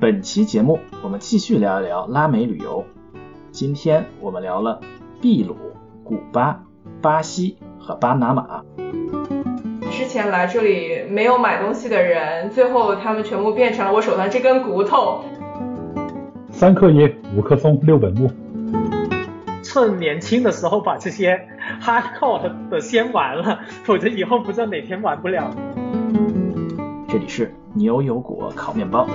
本期节目我们继续聊一聊拉美旅游。今天我们聊了秘鲁、古巴、巴西和巴拿马。 之前来这里没有买东西的人，最后他们全部变成了我手上这根骨头。 3克椰，5克松，6本木。 趁年轻的时候把这些 hardcore 的先玩了，否则以后不知道哪天玩不了。 这里是牛油果烤面包。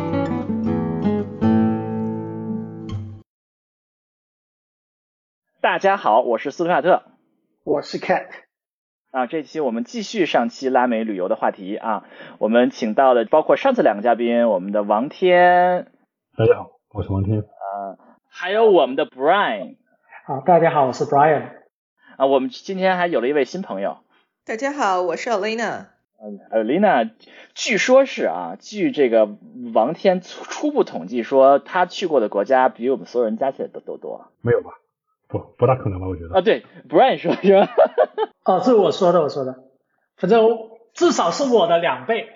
大家好，我是斯图亚特， 我是 Cat。 这期我们继续上期拉美旅游的话题啊，我们请到的包括上次2个嘉宾，我们的王天。 大家好，我是王天。 还有我们的 Brian。 好，大家好，我是 Brian。 我们今天还有了一位新朋友。 大家好，我是 Alina。Alina 据说是据这个王天初步统计说，他去过的国家比我们所有人加起来都多。 没有吧？不大可能吧？我觉得。 对 ，Brian 说是吧？ 是我说的，反正至少是我的2倍。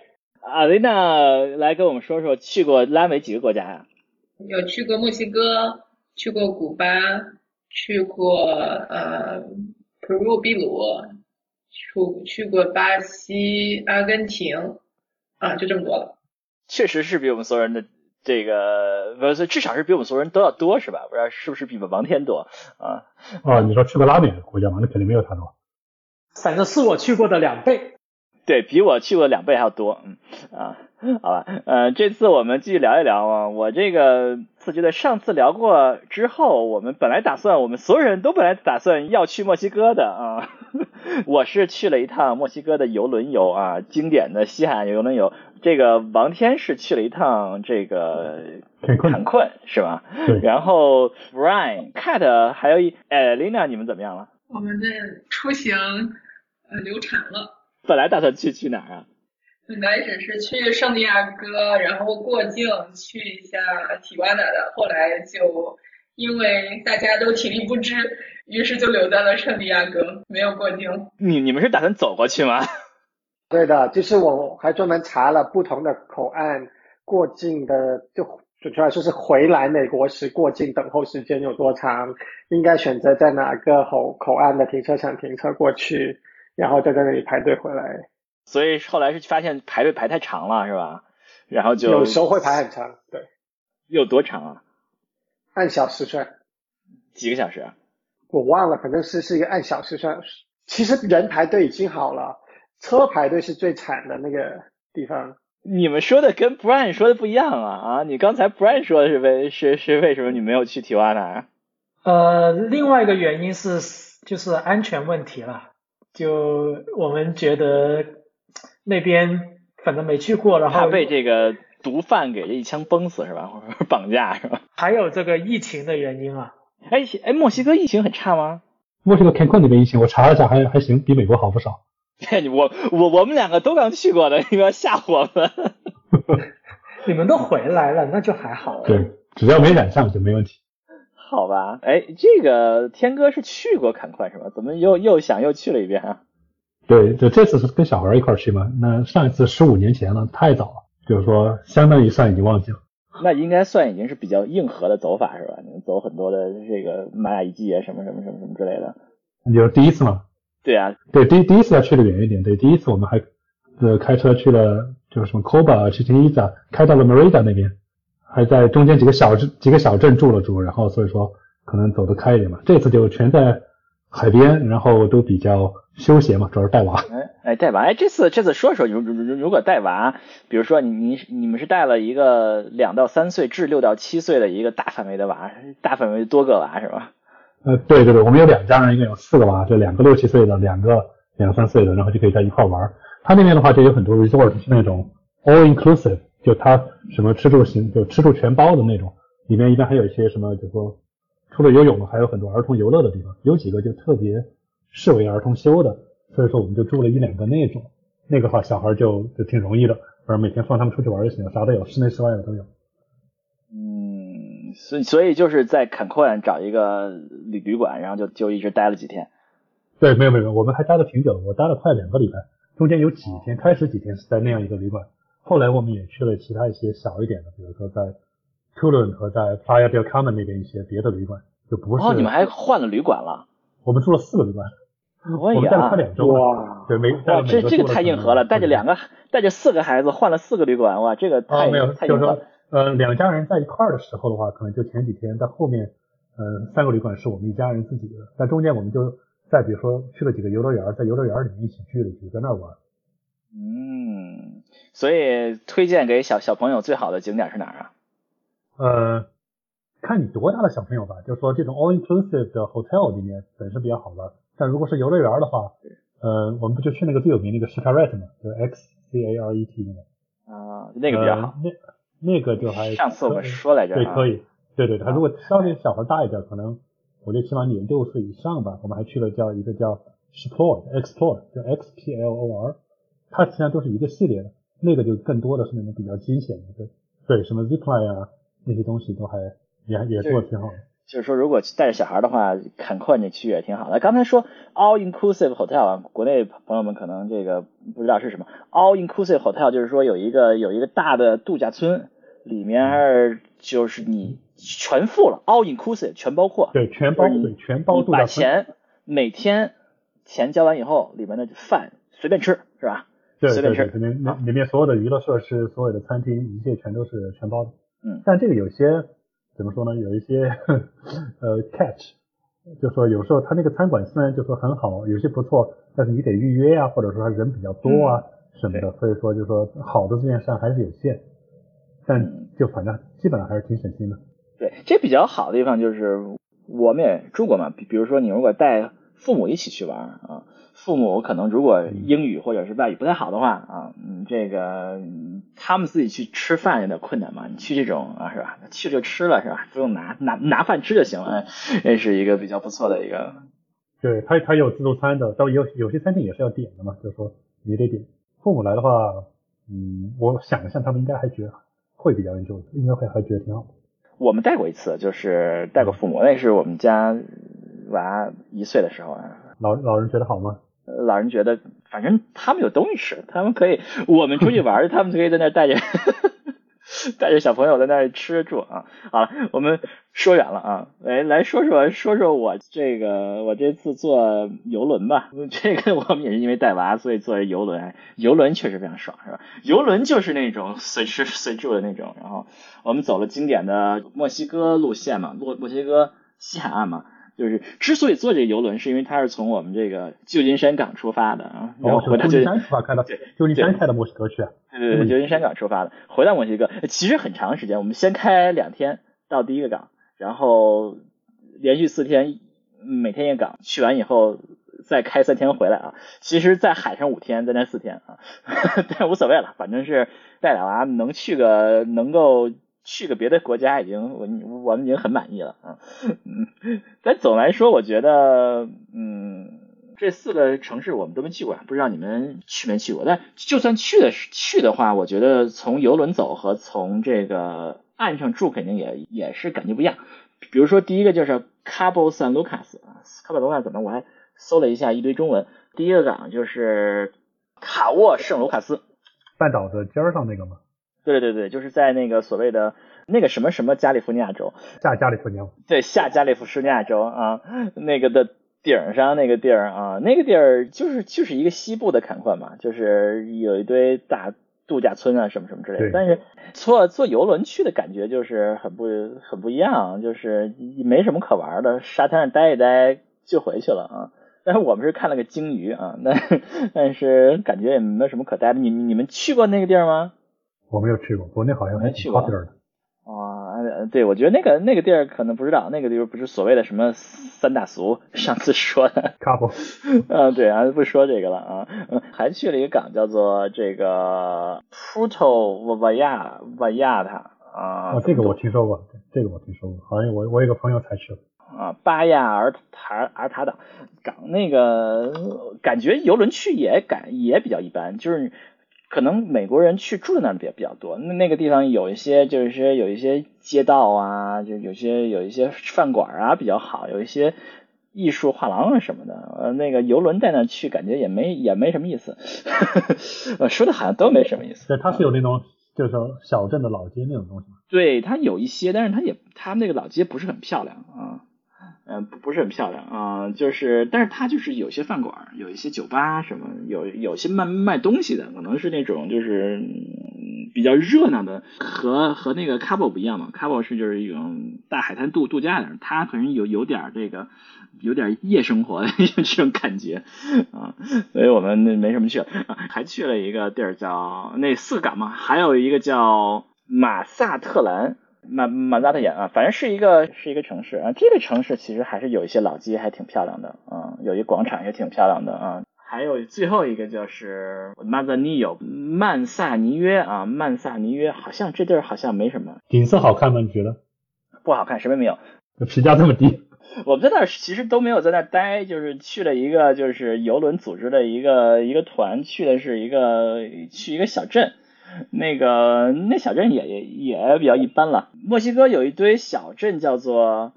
Alina 来跟我们说说去过拉美几个国家呀？ 有去过墨西哥，去过古巴，去过秘鲁，去过巴西、阿根廷，就这么多了。 确实是比我们所有人的这个至少是比我们所有人都要多，是吧？不知道是不是比王天多啊？ 你说去过拉美的国家吗？那肯定没有他多。 反正是我去过的2倍。 对，比我去过2倍还要多。好吧，这次我们继续聊一聊我这个觉得上次聊过之后，我们所有人都本来打算要去墨西哥的我是去了一趟墨西哥的游轮游经典的西海岸游轮游。这个王天是去了一趟这个坎昆是吧？ 对。 然后 Brian、Cat 还有Lina 你们怎么样了？ 我们的出行流产了。 本来打算去哪儿本来只是去圣地亚哥，然后过境去一下提瓦纳的，后来就因为大家都体力不支，于是就留在了圣地亚哥，没有过境。 你们是打算走过去吗？ 对的，就是我还专门查了不同的口岸过境的，就准确来说是回来美国时过境等候时间有多长，应该选择在哪个口岸的停车场停车过去，然后再在那里排队回来。 所以后来是发现排队排太长了是吧？然后就有时候会排很长。对。 有多长按小时算。 几个小时我忘了，反正是一个按小时算。其实人排队已经好了，车排队是最惨的那个地方。 你们说的跟 Brian 说的不一样你刚才 Brian 说的是为什么你没有去提瓦纳另外一个原因就是安全问题了。就我们觉得那边反正没去过，然后怕被这个毒贩给一枪崩死是吧？或者绑架是吧？ 还有这个疫情的原因墨西哥疫情很差吗？ 墨西哥坎昆那边疫情我查了一下还行，比美国好不少。 我们2个都刚去过的，你不要吓唬我们。 你们都回来了，那就还好。 对，只要没染上就没问题。 好吧，这个天哥是去过坎昆是吧？怎么又去了一遍对，就这次是跟小孩一块去嘛。那上一次15年前了，太早了，就是说相当于算已经忘记了。 那应该算已经是比较硬核的走法是吧？你们走很多的这个玛雅遗迹什么之类的。 你就是第一次吗？ 对啊。对， 第一次要去的远一点。对，第一次我们还开车去了就是什么 Coba、奇琴伊扎，开到了 Merida 那边，还在中间几个小镇住了住，然后所以说可能走得开一点嘛。这次就全在海边，然后都比较休闲嘛，主要是带娃。 带娃。这次说说，如果带娃，比如说你们是带了一个2到3岁至6到7岁的一个大范围的娃，大范围多个娃是吧？ 对，我们有2家人，一共有4个娃，就2个6、7岁的，2个2、3岁的，然后就可以在一块玩。他那边的话就有很多 resort 是那种 all inclusive， 就他什么吃住行就吃住全包的那种，里面一般还有一些什么，就说除了游泳还有很多儿童游乐的地方，有几个就特别视为儿童休的，所以说我们就住了1、2个那种。那个话小孩就挺容易的，反正每天放他们出去玩就行了，啥都有，室内室外的都有。 所以就是在坎昆找一个旅馆，然后就一直待了几天。 对，没有，我们还待了挺久的，我待了快2个礼拜，中间有几天，开始几天是在那样一个旅馆，后来我们也去了其他一些小一点的，比如说在 Tulum 和在 Playa del Carmen 那边一些别的旅馆，就不是。 哦，你们还换了旅馆了？ 我们住了4个旅馆。 我们待了快2周哇！ 对， 哇，这个太硬核了，带着4个孩子换了4个旅馆，哇，这个太没有， 太硬核了。 就是说2家人在一块儿的时候的话，可能就前几天，但后面3个旅馆是我们一家人自己的，但中间我们就再比如说去了几个游乐园，在游乐园里面一起聚了聚，在那儿玩。 所以推荐给小朋友最好的景点是哪儿啊？看你多大的小朋友吧，就是说这种 all inclusive 的 hotel 里面本身比较好玩，但如果是游乐园的话，我们不就去那个最有名那个 Xcaret 嘛，就是 Xcaret 那个。 那个比较好。 那个就还上次我们说来着。 对，可以。对，他如果稍微小孩大一点，可能我觉得起码你6岁以上吧。我们还去了一个叫 Explore， 叫 XPLOR， 它实际上都是一个系列的，那个就更多的是那种比较惊险的，对，什么 Zipline 啊那些东西都还也做的挺好的。 就是说，如果带着小孩的话，坎昆这区也挺好的。刚才说 all inclusive hotel 啊，国内朋友们可能这个不知道是什么。all inclusive hotel 就是说有一个大的度假村，里面就是你全付了 ，all inclusive 全包括。 对，全包度假村。 每天钱交完以后，里面的饭随便吃，是吧？ 对， 随便吃。 里面所有的娱乐设施、所有的餐厅，一切全都是全包的。但这个有些怎么说呢？有一些catch， 就说有时候他那个餐馆虽然就说很好，有些不错，但是你得预约啊，或者说他人比较多啊什么的，所以说就说好的这件事还是有限，但就反正基本上还是挺省心的。 对，这比较好的地方就是我们也住过嘛，比如说你如果带父母一起去玩啊，父母可能如果英语或者是外语不太好的话啊，这个他们自己去吃饭有点困难嘛，你去这种是吧？去就吃了是吧？不用拿饭吃就行了，这是一个比较不错的一个。 对，他有自助餐的，但有些餐厅也是要点的嘛，就是说你得点。父母来的话，我想一下他们应该还觉得会比较enjoy，应该还觉得挺好的。 我们带过一次，就是带过父母，那是我们家娃1岁的时候啊。 老人觉得好吗？ 老人觉得反正他们有东西吃，他们可以，我们出去玩他们可以在那带着带着小朋友在那儿吃住啊。好了，我们说远了啊，来说说我这次坐游轮吧。这个我们也是因为带娃，所以坐游轮。游轮确实非常爽，是吧？游轮就是那种随吃随住的那种。然后我们走了经典的墨西哥路线嘛，墨西哥西海岸嘛。就是之所以坐这个游轮，是因为它是从我们这个旧金山港出发的啊，然后回到旧金山开到旧金山开到墨西哥去啊。 对，旧金山港出发的，回到墨西哥其实很长时间，我们先开2天到第一个港，然后连续4天，每天一个港，去完以后再开3天回来啊。其实在海上5天，在那4天啊，但无所谓了，反正是带俩娃能够去个别的国家我们已经很满意了啊。但总来说我觉得这4个城市我们都没去过，不知道你们去没去过。但就算去的话，我觉得从游轮走和从这个岸上住肯定也是感觉不一样。比如说第一个就是 Cabo San Lucas 啊，卡布san lucas 怎么我还搜了一下一堆中文。第一个港就是卡沃圣卢卡斯， 半岛的尖上那个吗？ 对，就是在那个所谓的那个什么加利福尼亚州， 下加利福尼亚， 对，下加利福尼亚州啊，那个的顶上那个地儿啊，那个地儿就是一个西部的坎昆嘛，就是有一堆大度假村啊什么之类的。但是坐游轮去的感觉就是很不一样，就是没什么可玩的，沙滩上待一待就回去了啊。但是我们是看了个鲸鱼啊，但是感觉也没有什么可待的。你们去过那个地儿吗？ 我没有去过，国内好像还挺 popular 的。 对，我觉得那个地儿可能不知道，那个地方不是所谓的什么3大俗，上次说的。 Cabo。 对啊，不说这个了啊。还去了一个港叫做这个 Puerto Vallarta 啊。 这个我听说过，好像我有个朋友才去了。 巴亚尔塔岛港，那个感觉游轮去也比较一般，就是可能美国人去住的那比较多。那个地方有一些街道啊，就有一些饭馆啊比较好，有一些艺术画廊啊什么的。那个游轮带那去感觉也没什么意思。说的好像都没什么意思。 对，它是有那种就是说小镇的老街那种东西吗？ 对，它有一些，但是它那个老街不是很漂亮啊。不是很漂亮啊，但是它就是有些饭馆，有一些酒吧什么，有些卖东西的，可能是那种就是比较热闹的，和那个 Cabo 不一样嘛。Cabo 是就是一种大海滩度假的，它可能有点有点夜生活的这种感觉啊，所以我们没什么去了，还去了一个地儿叫那4个港嘛，还有一个叫马萨特兰。马扎特眼啊，反正是一个城市啊。这个城市其实还是有一些老街，还挺漂亮的啊，有一广场也挺漂亮的啊。还有最后一个就是曼萨尼约啊，曼萨尼约好像这地儿好像没什么。 景色好看吗？你觉得？ 不好看，什么也没有。 评价这么低？ 我们在那儿其实都没有在那儿待，就是去了一个就是邮轮组织的一个团，去的是去一个小镇。那小镇也比较一般了。墨西哥有一堆小镇叫做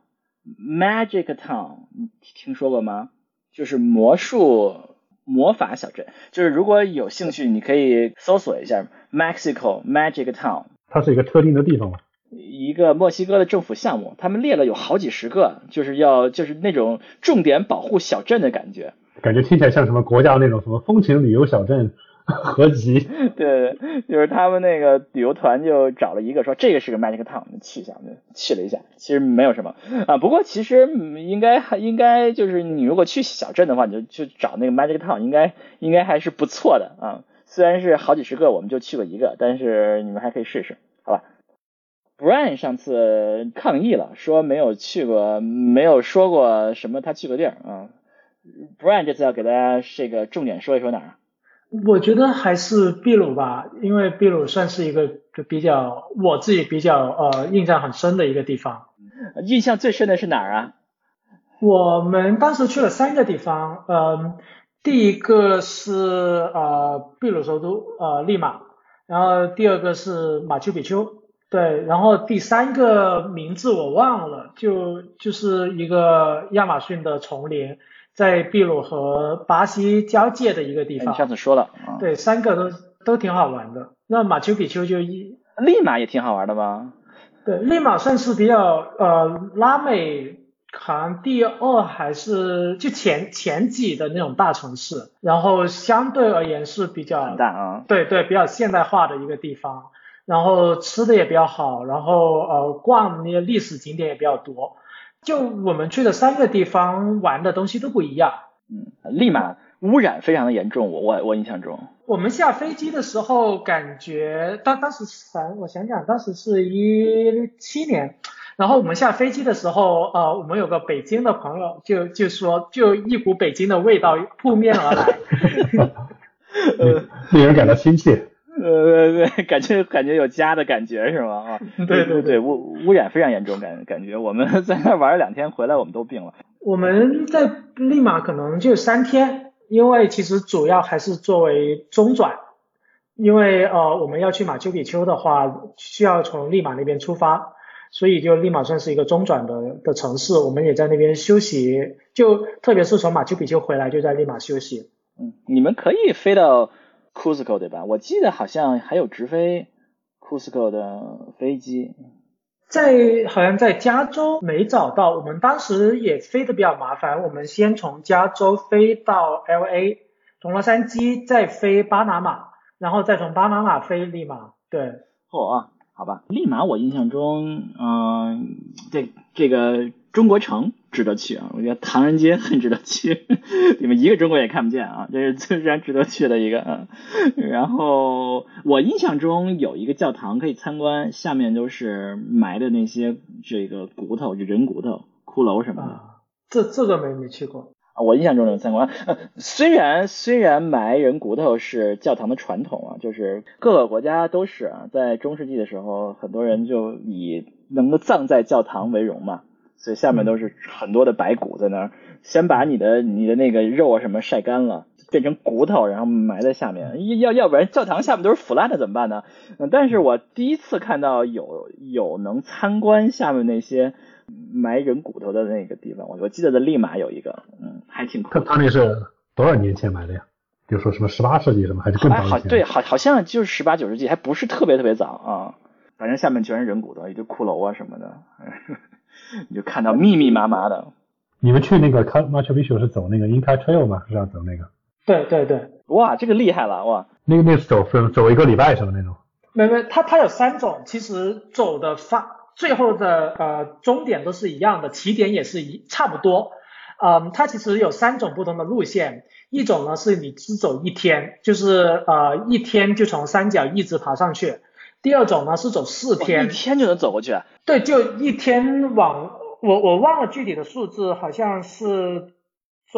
Magic Town， 你听说过吗？就是魔法小镇。就是如果有兴趣，你可以搜索一下 Mexico Magic Town。 它是一个特定的地方吗？ 一个墨西哥的政府项目，他们列了有好几十个，就是那种重点保护小镇的感觉。 感觉听起来像什么国家那种什么风情旅游小镇合集。 对，就是他们那个旅游团就找了一个说这个是个 Magic Town， 去一下，去了一下，其实没有什么啊。不过其实应该就是你如果去小镇的话，你就找那个 Magic Town， 应该还是不错的啊。虽然是好几十个，我们就去过一个，但是你们还可以试试，好吧？Brian 上次抗议了，说没有去过，没有说过什么他去过地儿啊。Brian 这次要给大家这个重点说一说哪儿？ 我觉得还是秘鲁吧，因为秘鲁算是一个我自己比较印象很深的一个地方。 印象最深的是哪儿啊？ 我们当时去了3个地方，第一个是秘鲁首都利马，然后第二个是马丘比丘，对，然后第3个名字我忘了，就是一个亚马逊的丛林。在秘鲁和巴西交界的一个地方。 你上次说了。 对，3个都挺好玩的。那马丘比丘利马也挺好玩的吧？ 对，利马算是比较拉美好像第2还是就前几的那种大城市，然后相对而言是比较很大啊。 对，比较现代化的一个地方，然后吃的也比较好，然后逛的那些历史景点也比较多。就我们去的3个地方玩的东西都不一样。 利马污染非常的严重，我印象中。 我们下飞机的时候感觉，当时我想想，当时是17年，然后我们下飞机的时候，我们有个北京的朋友就说，就一股北京的味道扑面而来， 令人感到亲切。 对，感觉有家的感觉是吗？对，污染非常严重，感觉我们在那玩了2天，回来我们都病了。 我们在利马可能就3天，因为其实主要还是作为中转，因为我们要去马丘比丘的话，需要从利马那边出发，所以就利马算是一个中转的城市，我们也在那边休息，就特别是从马丘比丘回来就在利马休息。 你们可以飞到Cusco 对吧？我记得好像还有直飞 Cusco 的飞机。 好像在加州没找到，我们当时也飞得比较麻烦，我们先从加州飞到 LA， 从洛杉矶再飞巴拿马，然后再从巴拿马飞利马。对。 好吧，利马我印象中，这个中国城值得去啊，我觉得唐人街很值得去，你们一个中国也看不见啊，这是非常值得去的一个啊。然后我印象中有一个教堂可以参观，下面都是埋的那些这个骨头，就人骨头、骷髅什么的。这个没去过。 我印象中有参观，虽然埋人骨头是教堂的传统啊，就是各个国家都是啊，在中世纪的时候，很多人就以能够葬在教堂为荣嘛，所以下面都是很多的白骨在那儿，先把你的那个肉啊什么晒干了，变成骨头，然后埋在下面，要不然教堂下面都是腐烂的怎么办呢？但是我第一次看到有能参观下面那些埋人骨头的那个地方，我记得在利马有一个，还挺酷。 他那是多少年前埋的呀？ 比如说什么18世纪什么，还是更早以前？ 对，好像就是18、9世纪，还不是特别早啊。反正下面全是人骨头，一堆骷髅啊什么的，你就看到密密麻麻的。 你们去那个Machu Picchu 是走那个 Inca Trail 吗？是要走那个？ 对。 哇，这个厉害了哇！ 那是走1个礼拜什么那种？ 没，它有3种，其实走的最后的终点都是一样的，起点也是差不多。它其实有3种不同的路线，一种呢是你只走1天，就是1天就从山脚一直爬上去。第二种呢是走4天 ，1天就能走过去？ 对，就1天我忘了具体的数字，好像是走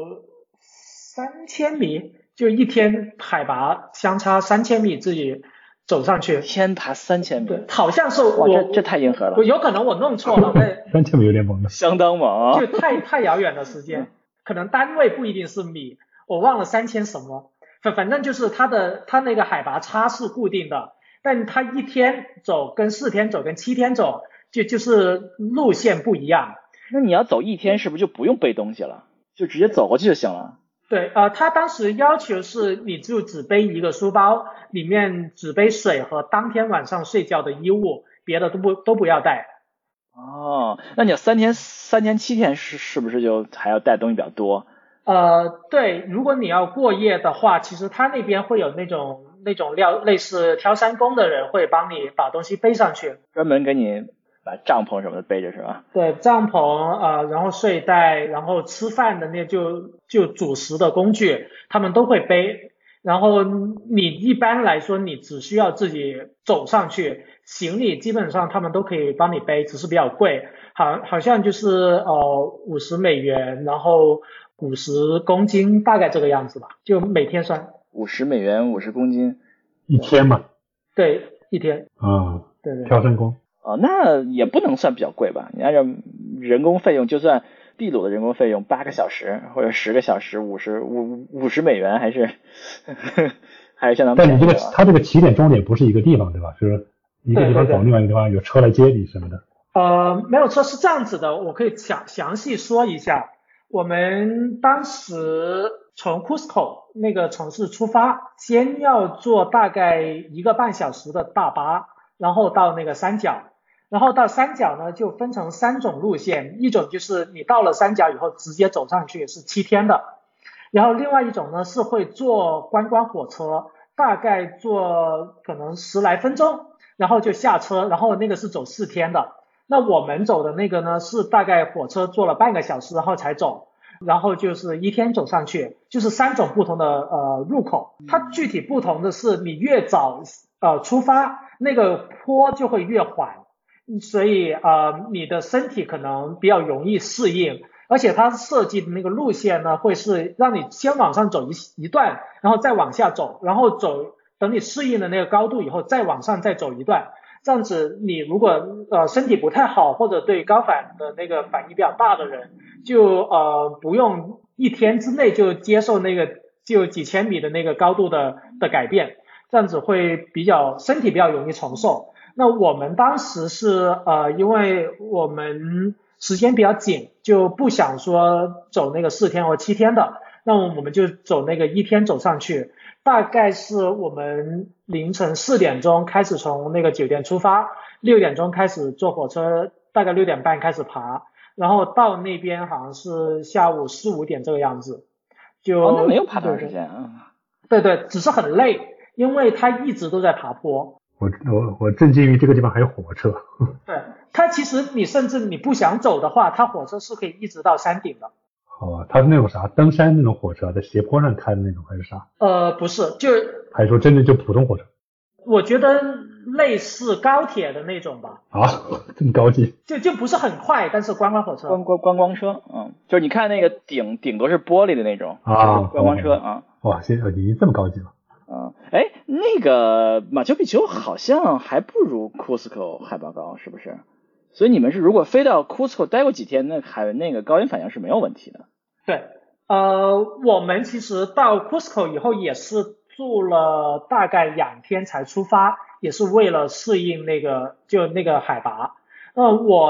3000米，就1天海拔相差3000米自己走上去。 天爬3000米？ 对，好像是哇，这太硬核了。 有可能我弄错了。 3000米有点猛了。 相当猛啊！ 就太遥远的时间，可能单位不一定是米，我忘了3000什么。反正就是它那个海拔差是固定的。但它1天走跟4天走跟7天走就是路线不一样。 那你要走1天是不是就不用背东西了，就直接走过去就行了？ 对，他当时要求是你就只背一个书包，里面只背水和当天晚上睡觉的衣物，别的都不要带。 哦，那你要3天7天是不是就还要带东西比较多？ 对，如果你要过夜的话，其实他那边会有那种类似挑山工的人会帮你把东西背上去， 专门给你把帐篷什么的背着是吧？ 对，帐篷然后睡袋，然后吃饭的那就煮食的工具，他们都会背。然后你一般来说你只需要自己走上去，行李基本上他们都可以帮你背，只是比较贵，好像就是$50，然后50公斤，大概这个样子吧，就每天算。 $50 50公斤 1天嘛？ 对，1天。对。 挑山工。 那也不能算比较贵吧？你按照人工费用，就算秘鲁的人工费用8个小时或者10个小时$50还是还是相当便宜的。 但你它这个起点终点不是一个地方对吧？是一个地方走，另外一个地方有车来接你什么的。 没有错，是这样子的，我可以详细说一下。我们当时从 Cusco 那个城市出发，先要坐大概1个半小时的大巴，然后到那个山脚，然后到山脚呢就分成3种路线，一种就是你到了山脚以后直接走上去是7天的，然后另外一种呢是会坐观光火车，大概坐可能10来分钟，然后就下车，然后那个是走4天的。那我们走的那个呢是大概火车坐了半个小时然后才走，然后就是1天走上去，就是3种不同的入口。它具体不同的是你越早出发，那个坡就会越缓，所以你的身体可能比较容易适应，而且它设计的那个路线呢会是让你先往上走一段，然后再往下走，然后等你适应了那个高度以后再往上再走一段。这样子你如果身体不太好或者对高反的那个反应比较大的人，就不用1天之内就接受那个就几千米的那个高度的改变，这样子会身体比较容易承受。那我们当时是因为我们时间比较紧，就不想说走那个4天或7天的，那我们就走那个1天走上去。大概是我们凌晨4点钟开始从那个酒店出发，6点钟开始坐火车，大概6点半开始爬，然后到那边好像是下午4、5点这个样子。 那没有爬多长时间啊？ 对，只是很累，因为它一直都在爬坡。 我震惊于这个地方还有火车。 对，它其实你甚至你不想走的话，它火车是可以一直到山顶的。 好吧，它是那种啥登山那种火车，在斜坡上开的那种还是啥？ 不是， 还是说真的就普通火车？ 我觉得类似高铁的那种吧。 这么高级？ 就不是很快，但是观光火车。 观光车，就是你看那个顶都是玻璃的那种观光车啊。 哇，已经这么高级了。 那个马丘比丘好像还不如 Cusco 海拔高，是不是？所以你们是如果飞到 Cusco 待过几天，那个高原反应是没有问题的。 对，我们其实到 Cusco 以后也是住了大概2天才出发，也是为了适应那个海拔。我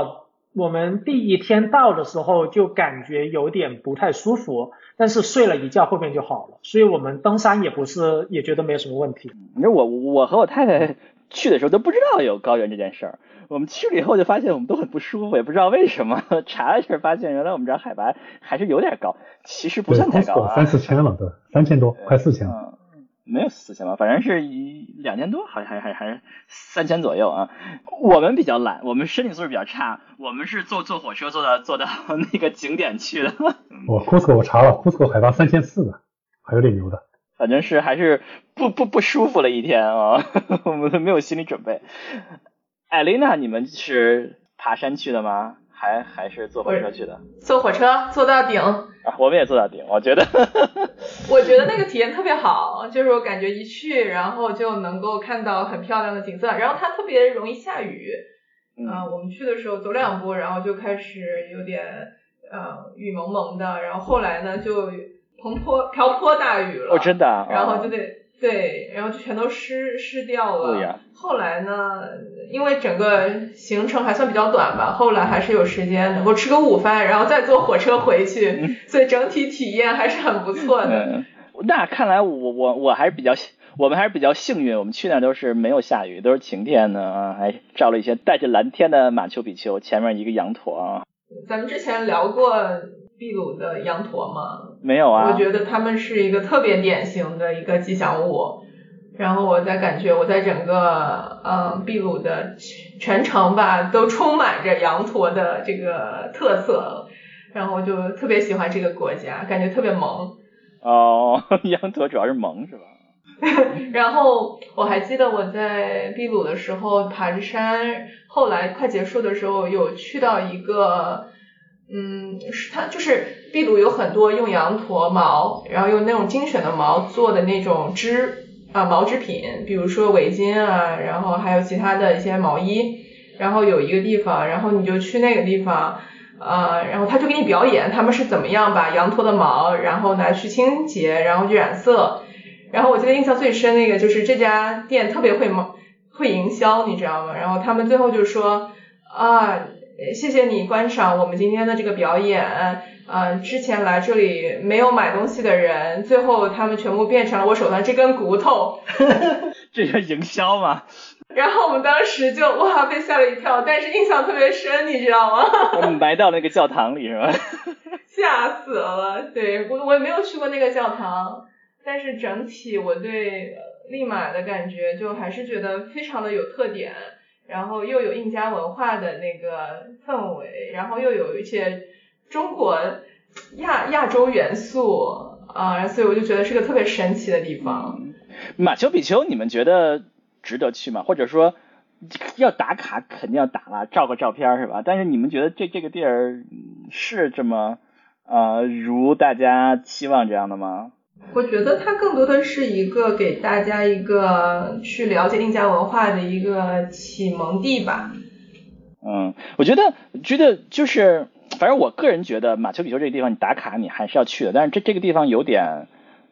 我们第一天到的时候就感觉有点不太舒服，但是睡了一觉后面就好了，所以我们登山也觉得没有什么问题。 你说我和我太太去的时候都不知道有高原这件事儿，我们去了以后就发现我们都很不舒服，也不知道为什么。查了一下发现原来我们这儿海拔还是有点高，其实不算太高啊 ，3、4千了，对，3000多，快4000。 没有4000吧，反正是2000多，还是3000左右啊。我们比较懒，我们身体素质比较差，我们是坐火车坐到那个景点去的。 Cusco 我查了，Cusco 海拔3400的，还有点牛的。 反正是还是不舒服了一天啊，我们没有心理准备。艾琳娜，你们是爬山去的吗？还是坐火车去的？ 坐火车坐到顶啊，我们也坐到顶，我觉得那个体验特别好，就是我感觉一去然后就能够看到很漂亮的景色，然后它特别容易下雨。我们去的时候走2步然后就开始有点雨蒙蒙的，然后后来呢就瓢泼大雨了。 真的啊。 然后就得对，然后就全都湿掉了。后来呢，因为整个行程还算比较短吧，后来还是有时间能够吃个午饭，然后再坐火车回去，所以整体体验还是很不错的。 那看来我们还是比较幸运，我们去那都是没有下雨，都是晴天的啊，还照了一些带着蓝天的马丘比丘，前面一个羊驼啊。 咱们之前聊过秘鲁的羊驼吗？ 没有啊。 我觉得他们是一个特别典型的一个吉祥物，然后我感觉我在整个秘鲁的全程吧都充满着羊驼的这个特色，然后我就特别喜欢这个国家，感觉特别萌。 羊驼主要是萌是吧？ 然后我还记得我在秘鲁的时候爬着山，后来快结束的时候有去到一个它就是秘鲁有很多用羊驼毛，然后用那种精选的毛做的那种毛织品，比如说围巾啊，然后还有其他的一些毛衣。然后有一个地方，然后你就去那个地方然后他就给你表演他们是怎么样把羊驼的毛然后拿去清洁，然后去染色。然后我记得印象最深那个就是这家店特别会营销，你知道吗？然后他们最后就说谢谢你观赏我们今天的这个表演，之前来这里没有买东西的人，最后他们全部变成了我手上这根骨头。 这是营销吗？ 然后我们当时就被吓了一跳，但是印象特别深，你知道吗？ 埋到那个教堂里是吧？ 吓死了。对，我也没有去过那个教堂，但是整体我对利马的感觉就还是觉得非常的有特点，然后又有印加文化的那个氛围，然后又有一些中国亚洲元素所以我就觉得是个特别神奇的地方。 马丘比丘你们觉得值得去吗？或者说要打卡肯定要打了，照个照片是吧？但是你们觉得这个地儿是这么如大家期望这样的吗？ 我觉得它更多的是一个给大家一个去了解印加文化的一个启蒙地吧。 我觉得就是反正我个人觉得马丘比丘这个地方你打卡你还是要去的，但是这个地方有点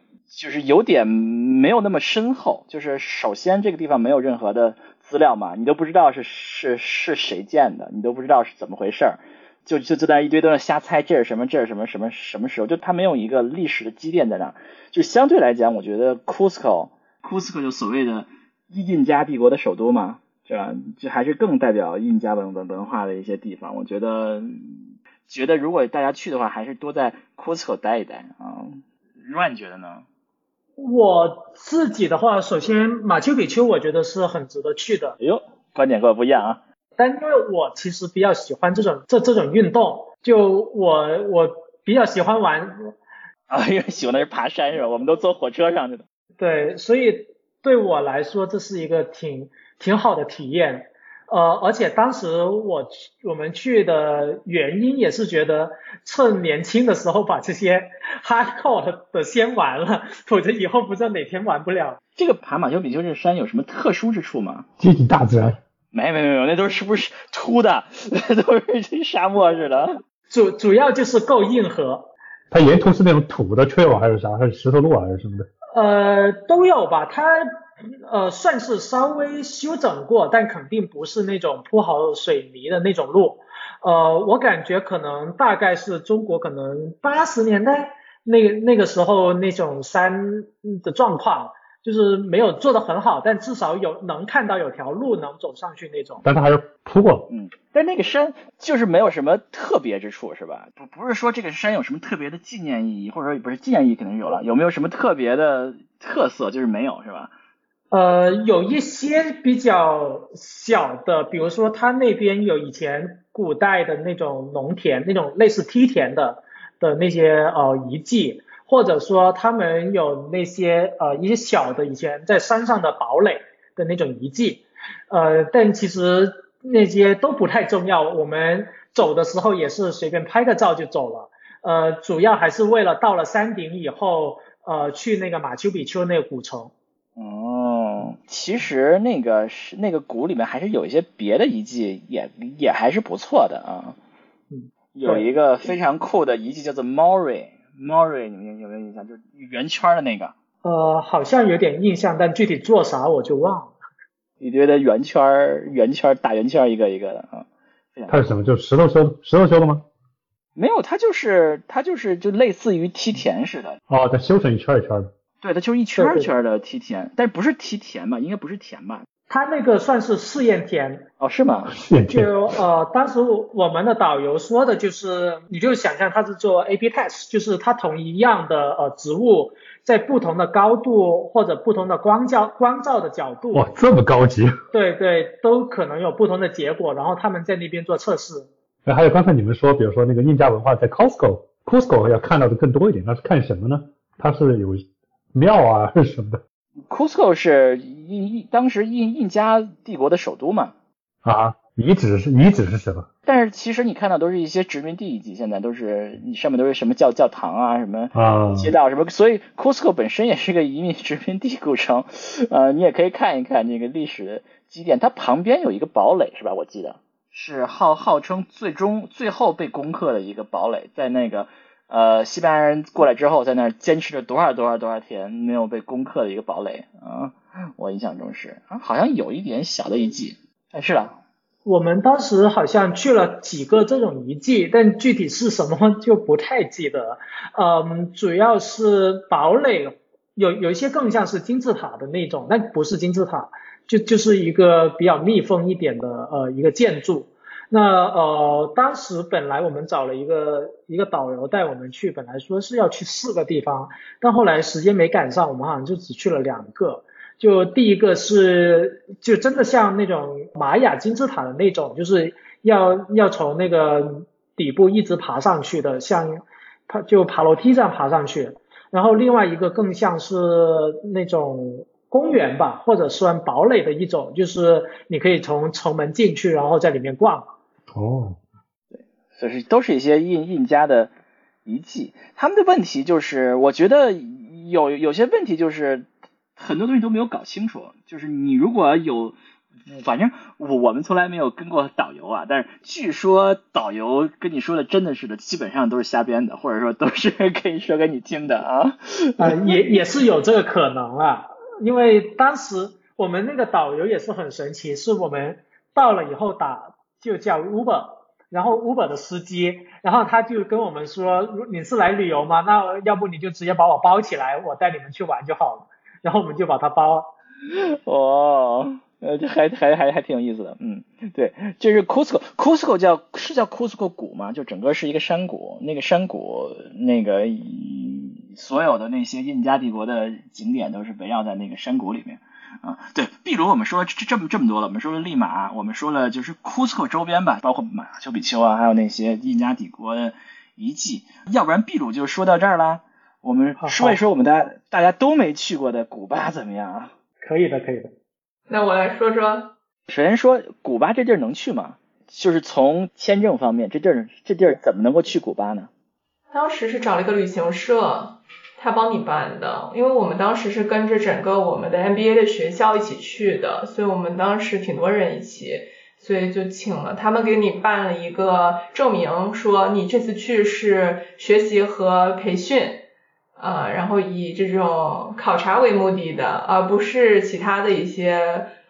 没有那么深厚，就是首先这个地方没有任何的资料嘛，你都不知道是谁建的，你都不知道是怎么回事儿，就在一堆都在瞎猜这是什么什么时候，就它没有一个历史的积淀在那儿。就相对来讲我觉得 Cusco 就所谓的印加帝国的首都嘛，是吧？这还是更代表印加文化的一些地方。我觉得如果大家去的话还是多在 Cusco 待一待啊。Ryan 觉得呢？ 我自己的话，首先马丘比丘我觉得是很值得去的。 观点跟我不一样啊。 但因为我其实比较喜欢这种运动，就我比较喜欢玩因为喜欢的是爬山是吧？我们都坐火车上去的。 对，所以对我来说这是一个挺好的体验。而且当时我们去的原因也是觉得趁年轻的时候把这些 hardcore 的先玩了，否则以后不知道哪天玩不了。 这个爬马丘比丘这山有什么特殊之处吗？ 接近大自然。 没有，那都是不是秃的，都是沙漠似的。 主要就是够硬核。 它沿途是那种土的 trail 还是啥？还是石头路还是什么的？ 都有吧。它算是稍微修整过，但肯定不是那种铺好水泥的那种路。 我感觉可能大概是中国可能80年代那个时候那种山的状况，就是没有做得很好，但至少能看到有条路能走上去那种。 但它还是铺过。 但那个山就是没有什么特别之处，是吧？不是说这个山有什么特别的纪念意义，或者说不是纪念意义肯定是有了，有没有什么特别的特色？就是没有，是吧？ 有一些比较小的，比如说它那边有以前古代的那种农田，那种类似梯田的那些遗迹，或者说他们有那些一些小的以前在山上的堡垒的那种遗迹，但其实那些都不太重要，我们走的时候也是随便拍个照就走了，主要还是为了到了山顶以后去那个马丘比丘那个古城。 其实那个谷里面还是有一些别的遗迹，也还是不错的啊。有一个非常酷的遗迹叫做 Mori， 你们有没有印象？就是圆圈的那个。 好像有点印象，但具体做啥我就忘了。 一堆的圆圈大圆圈一个一个的啊。 它是什么？就石头修的吗？ 没有，它就是就类似于梯田似的。 它修成一圈一圈的。 对，它就是一圈一圈的梯田，但不是梯田吧？应该不是田吧？ 它那个算是试验田。 是吗？ 试验田。 就当时我们的导游说的就是，你就想象它是做 A/B test， 就是它同一样的植物，在不同的高度或者不同的光照的角度， 哇，这么高级。 对，都可能有不同的结果，然后他们在那边做测试。 还有刚才你们说，比如说那个印加文化在 Cusco 要看到的更多一点，那是看什么呢？它是有庙啊是什么的。 Cusco 是当时印加帝国的首都嘛？ 遗址是什么？ 但是其实你看到都是一些殖民地遗迹，现在都是上面都是什么教堂啊，什么街道什么，所以 Cusco 本身也是个移民殖民地古城。你也可以看一看这个历史的积淀，它旁边有一个堡垒是吧？我记得是号称最后被攻克的一个堡垒，在那个西班牙人过来之后，在那儿坚持了多少天没有被攻克的一个堡垒啊！我印象中是好像有一点小的遗迹。是的， 我们当时好像去了几个这种遗迹，但具体是什么就不太记得。主要是堡垒有一些更像是金字塔的那种，但不是金字塔，就是一个比较密封一点的一个建筑。那当时本来我们找了一个导游带我们去，本来说是要去4个地方，但后来时间没赶上，我们好像就只去了2个。就第一个是就真的像那种玛雅金字塔的那种，就是要从那个底部一直爬上去的，像就爬楼梯这样爬上去。然后另外一个更像是那种公园吧，或者算堡垒的一种，就是你可以从城门进去，然后在里面逛。 对，所以都是一些印加的遗迹。他们的问题就是，我觉得有些问题就是很多东西都没有搞清楚。就是你如果有，反正我们从来没有跟过导游啊，但是据说导游跟你说的真的是的，基本上都是瞎编的，或者说都是可以说给你听的啊。 也是有这个可能啊，因为当时我们那个导游也是很神奇，是我们到了以后就叫 Uber， 然后 Uber 的司机，然后他就跟我们说，你是来旅游吗？那要不你就直接把我包起来，我带你们去玩就好了。然后我们就把他包。 这还挺有意思的。对，这是 Cusco 叫 Cusco 谷嘛，就整个是一个山谷，那个山谷那个所有的那些印加帝国的景点都是围绕在那个山谷里面啊。对，秘鲁我们说了这么多了，我们说了利马，我们说了就是 Cusco 周边吧，包括马丘比丘啊，还有那些印加帝国的遗迹，要不然秘鲁就说到这儿啦。我们说一说我们大家都没去过的古巴怎么样啊？ 可以的。 那我来说说。 首先说古巴这地儿能去吗？就是从签证方面，这地儿怎么能够去古巴呢？ 当时是找了一个旅行社，他帮你办的，因为我们当时是跟着整个我们的 MBA 的学校一起去的，所以我们当时挺多人一起，所以就请了他们给你办了一个证明，说你这次去是学习和培训。然后以这种考察为目的的，而不是其他的一些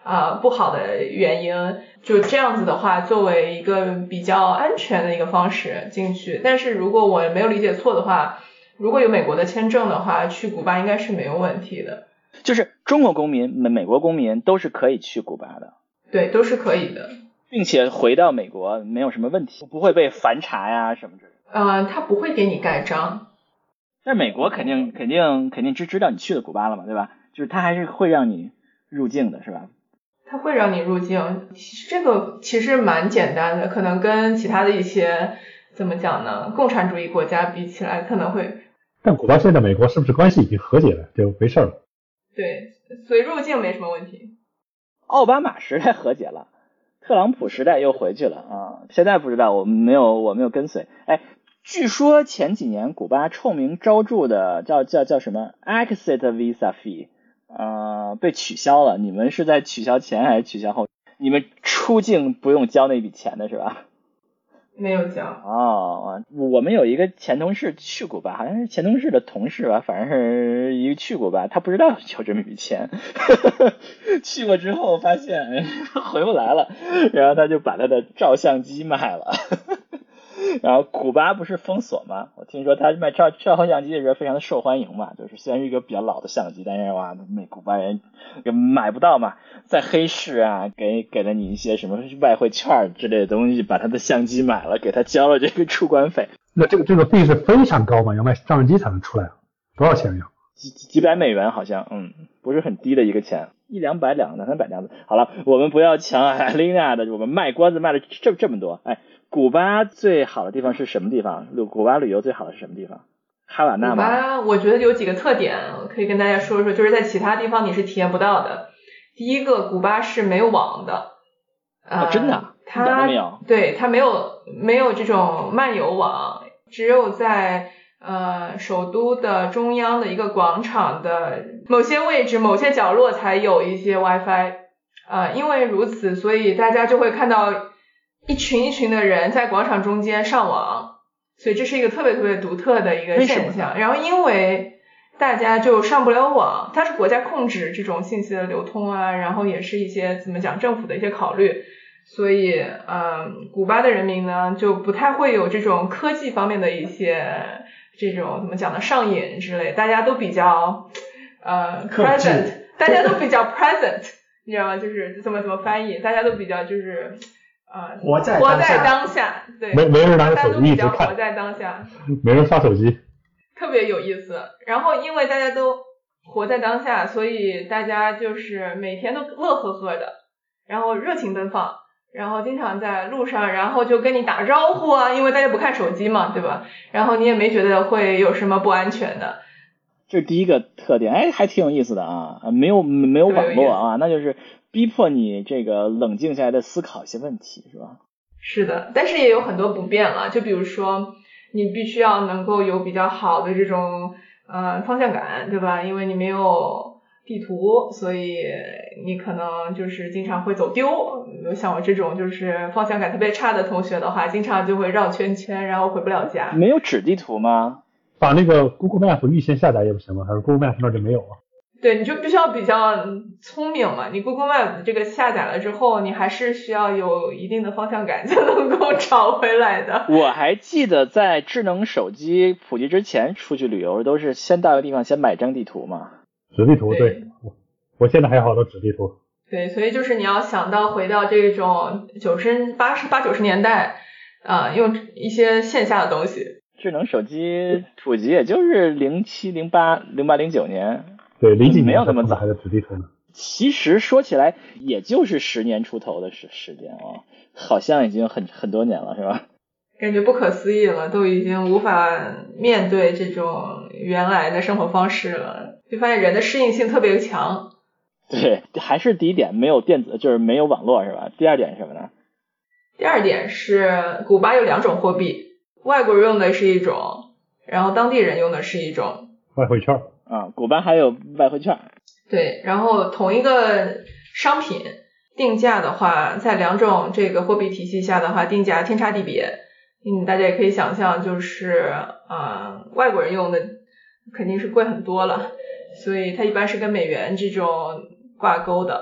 不好的原因，就这样子的话作为一个比较安全的一个方式进去。但是如果我没有理解错的话，如果有美国的签证的话，去古巴应该是没有问题的。 就是中国公民、美国公民都是可以去古巴的。 对，都是可以的， 并且回到美国没有什么问题，不会被反查呀什么之类的。 他不会给你盖章。 但美国肯定知道你去了古巴了嘛，对吧？就是他还是会让你入境的，是吧？ 他会让你入境，这个其实蛮简单的，可能跟其他的一些怎么讲呢，共产主义国家比起来可能会。 但古巴现在美国是不是关系已经和解了，就没事了？ 对，所以入境没什么问题。 奥巴马时代和解了，特朗普时代又回去了啊，现在不知道，我没有跟随。哎，据说前几年古巴臭名昭著的叫什么 Exit Visa Fee， 被取消了。你们是在取消前还是取消后？你们出境不用交那笔钱的是吧？ 没有交。 哦，我们有一个前同事去古巴，好像是前同事的同事吧，反正是一个去古巴，他不知道有这么一笔钱，去过之后发现回不来了，然后他就把他的照相机卖了。然后古巴不是封锁吗？我听说他卖照相机的时候非常的受欢迎嘛，就是虽然是一个比较老的相机，但是哇，古巴人买不到嘛，在黑市啊给了你一些什么外汇券之类的东西，把他的相机买了，给他交了这个出关费。 那这个费是非常高嘛，要卖照相机才能出来，多少钱呀？ 几百美元好像，不是很低的一个钱，100-200、200-300这样子。好了，我们不要抢艾琳娜的，我们卖关子卖了这么多。哎，古巴最好的地方是什么地方？古巴旅游最好的是什么地方？哈瓦那吗？ 古巴我觉得有几个特点，我可以跟大家说说，就是在其他地方你是体验不到的。第一个，古巴是没有网的。 真的？ 它没有？ 对，它没有这种漫游网，只有在首都的中央的一个广场的某些位置、某些角落才有一些 WiFi。因为如此，所以大家就会看到一群一群的人在广场中间上网，所以这是一个特别特别独特的一个现象。然后因为大家就上不了网，它是国家控制这种信息的流通啊，然后也是一些怎么讲政府的一些考虑，所以古巴的人民呢就不太会有这种科技方面的一些这种怎么讲呢上瘾之类，大家都比较present， 大家都比较 present， 你知道吗？就是怎么翻译，大家都比较就是活在当下，对， 没人拿着手机一直看， 大家都比较活在当下， 没人刷手机， 特别有意思。然后因为大家都活在当下，所以大家就是每天都乐呵呵的，然后热情奔放，然后经常在路上，然后就跟你打招呼啊，因为大家不看手机嘛，对吧？然后你也没觉得会有什么不安全的。 这是第一个特点，哎，还挺有意思的啊，没有网络啊，那就是逼迫你这个冷静下来的思考一些问题，是吧？ 是的，但是也有很多不便了，就比如说你必须要能够有比较好的这种方向感，对吧？因为你没有地图，所以你可能就是经常会走丢。像我这种就是方向感特别差的同学的话，经常就会绕圈圈，然后回不了家。 没有纸地图吗？ 把那个 Google Map 预先下载也不行吗？还是 Google Map 那就没有啊？ 对，你就必须要比较聪明嘛。你 Google Map 这个下载了之后，你还是需要有一定的方向感才能够找回来的。 我还记得在智能手机普及之前，出去旅游都是先到一个地方先买张地图嘛。 纸地图，对，我现在还有好多纸地图。 对，所以就是你要想到回到这种80-90年代，用一些线下的东西。 智能手机普及也就是07、08、09年， 对，00几年没有那么早还在纸地图呢。 其实说起来，也就是10年出头的时间哦，好像已经很多年了，是吧？ 感觉不可思议了，都已经无法面对这种原来的生活方式了，就发现人的适应性特别强。 对，还是第一点，没有电子，就是没有网络，是吧？第二点是什么呢？ 第二点是古巴有2种货币，外国人用的是一种，然后当地人用的是一种。 外汇券啊，古巴还有外汇券。 对，然后同一个商品定价的话，在2种这个货币体系下的话，定价天差地别。大家也可以想象，就是外国人用的肯定是贵很多了，所以它一般是跟美元这种挂钩的。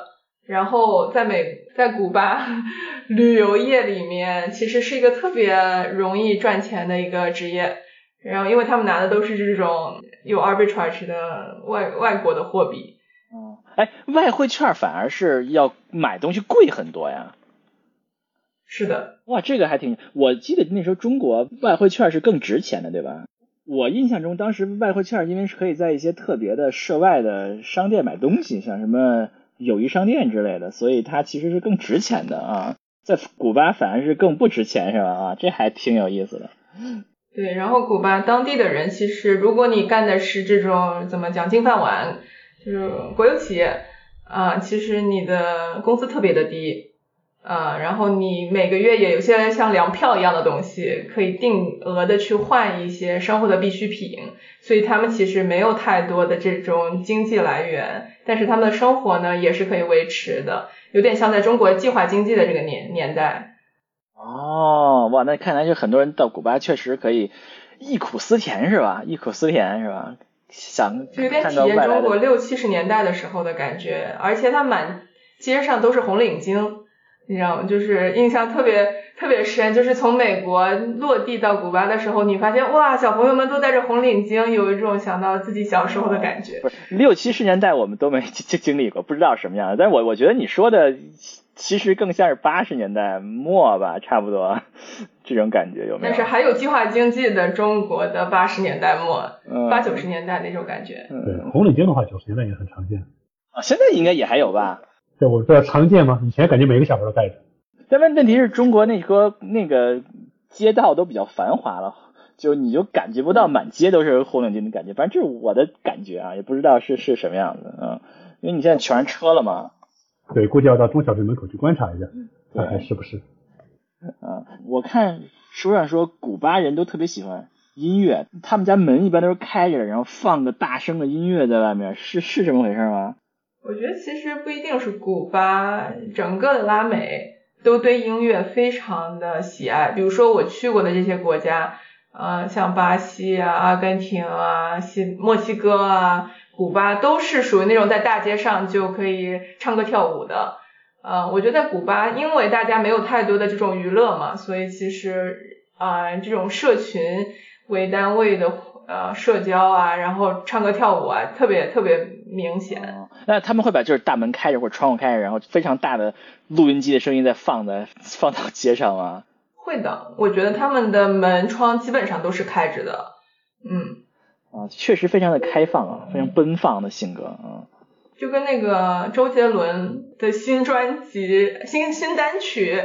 然后在古巴旅游业里面其实是一个特别容易赚钱的一个职业，然后因为他们拿的都是这种有 arbitrage 的外国的货币。 哎，外汇券反而是要买东西贵很多呀。 是的。 哇，这个还挺，我记得那时候中国外汇券是更值钱的，对吧？我印象中当时外汇券因为是可以在一些特别的涉外的商店买东西，像什么友谊商店之类的，所以它其实是更值钱的啊。在古巴反而是更不值钱是吧？啊，这还挺有意思的。 对，然后古巴当地的人其实如果你干的是这种怎么讲金饭碗，就是国有企业其实你的工资特别的低然后你每个月也有些像粮票一样的东西可以定额的去换一些生活的必需品，所以他们其实没有太多的这种经济来源，但是他们的生活呢也是可以维持的，有点像在中国计划经济的这个年代。 哦，哇，那看来就很多人到古巴确实可以忆苦思甜是吧？忆苦思甜是吧？想就有点体验中国60、70年代的时候的感觉，而且它满街上都是红领巾，你知道吗？就是印象特别深，就是从美国落地到古巴的时候，你发现哇，小朋友们都戴着红领巾，有一种想到自己小时候的感觉。 不是60、70年代我们都没经历过，不知道什么样的。但是我觉得你说的其实更像是80年代末吧，差不多这种感觉有没有？ 但是还有计划经济的中国的80年代末、80、90年代那种感觉。 对，红领巾的话90年代也很常见。 现在应该也还有吧？ 对，我不知道常见吗？以前感觉每个小孩都戴着。 但问题是中国那个街道都比较繁华了，就你就感觉不到满街都是红领巾的感觉，反正这是我的感觉啊，也不知道是什么样的因为你现在全是车了嘛。 对，估计要到中小学门口去观察一下，看看是不是。 我看书上说古巴人都特别喜欢音乐，他们家门一般都是开着，然后放个大声的音乐在外面，是这么回事吗？ 我觉得其实不一定是古巴，整个的拉美都对音乐非常的喜爱。比如说我去过的这些国家像巴西阿根廷墨西哥古巴，都是属于那种在大街上就可以唱歌跳舞的。我觉得在古巴因为大家没有太多的这种娱乐嘛，所以其实这种社群为单位的社交然后唱歌跳舞特别特别明显。 那他们会把就是大门开着或者窗户开着，然后非常大的录音机的声音再放到街上吗？ 会的，我觉得他们的门窗基本上都是开着的。 确实非常的开放非常奔放的性格就跟那个周杰伦的新专辑新单曲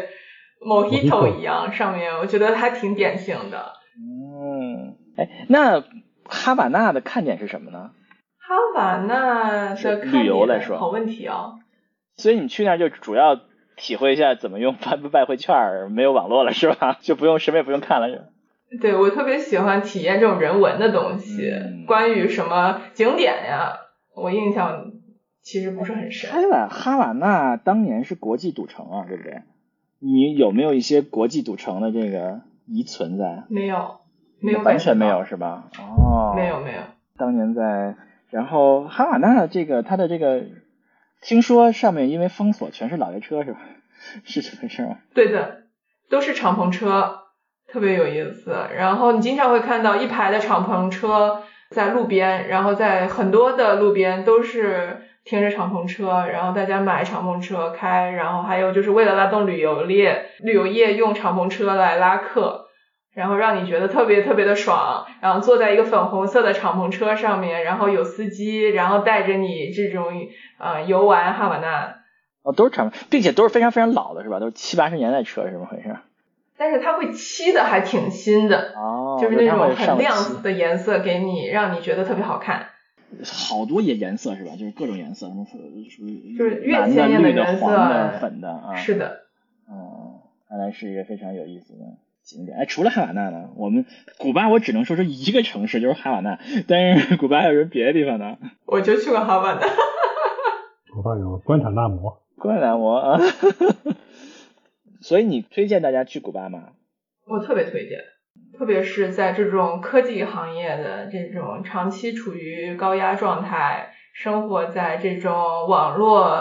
Mojito 一样，上面我觉得还挺典型的。 那哈瓦那的看点是什么呢？ 哈瓦那的看点， 旅游来说， 好问题所以你去那儿就主要体会一下怎么用外汇券，没有网络了是吧？就什么也不用看了是吧？ 对，我特别喜欢体验这种人文的东西，关于什么景点我印象其实不是很深。 哈瓦那当年是国际赌城对不对？你有没有一些国际赌城的这个遗存在？ 没有完全没有是吧？ 没有。 当年然后哈瓦那它的这个听说上面因为封锁全是老爷车是吧？是这回事吗？ 对的，都是敞篷车，特别有意思。然后你经常会看到一排的敞篷车在路边，然后在很多的路边都是停着敞篷车，然后大家买敞篷车开，然后还有就是为了拉动旅游业用敞篷车来拉客，然后让你觉得特别特别的爽，然后坐在一个粉红色的敞篷车上面，然后有司机，然后带着你这种游玩哈瓦那。 都是敞篷，并且都是非常非常老的是吧？都是70、80年代车是怎么回事？ 但是它会漆的还挺新的就是那种很亮的颜色给你，让你觉得特别好看。 好多颜色是吧？就是各种颜色， 就是越鲜艳的颜色， 蓝的、粉的是的。 看来是一个非常有意思的景点。除了哈瓦那呢？我们古巴我只能说是一个城市，就是哈瓦那，但是古巴还有什么别的地方呢？ 我就去过哈瓦那。 古巴有关塔那摩所以你推荐大家去古巴吗？ 我特别推荐，特别是在这种科技行业的这种长期处于高压状态，生活在这种网络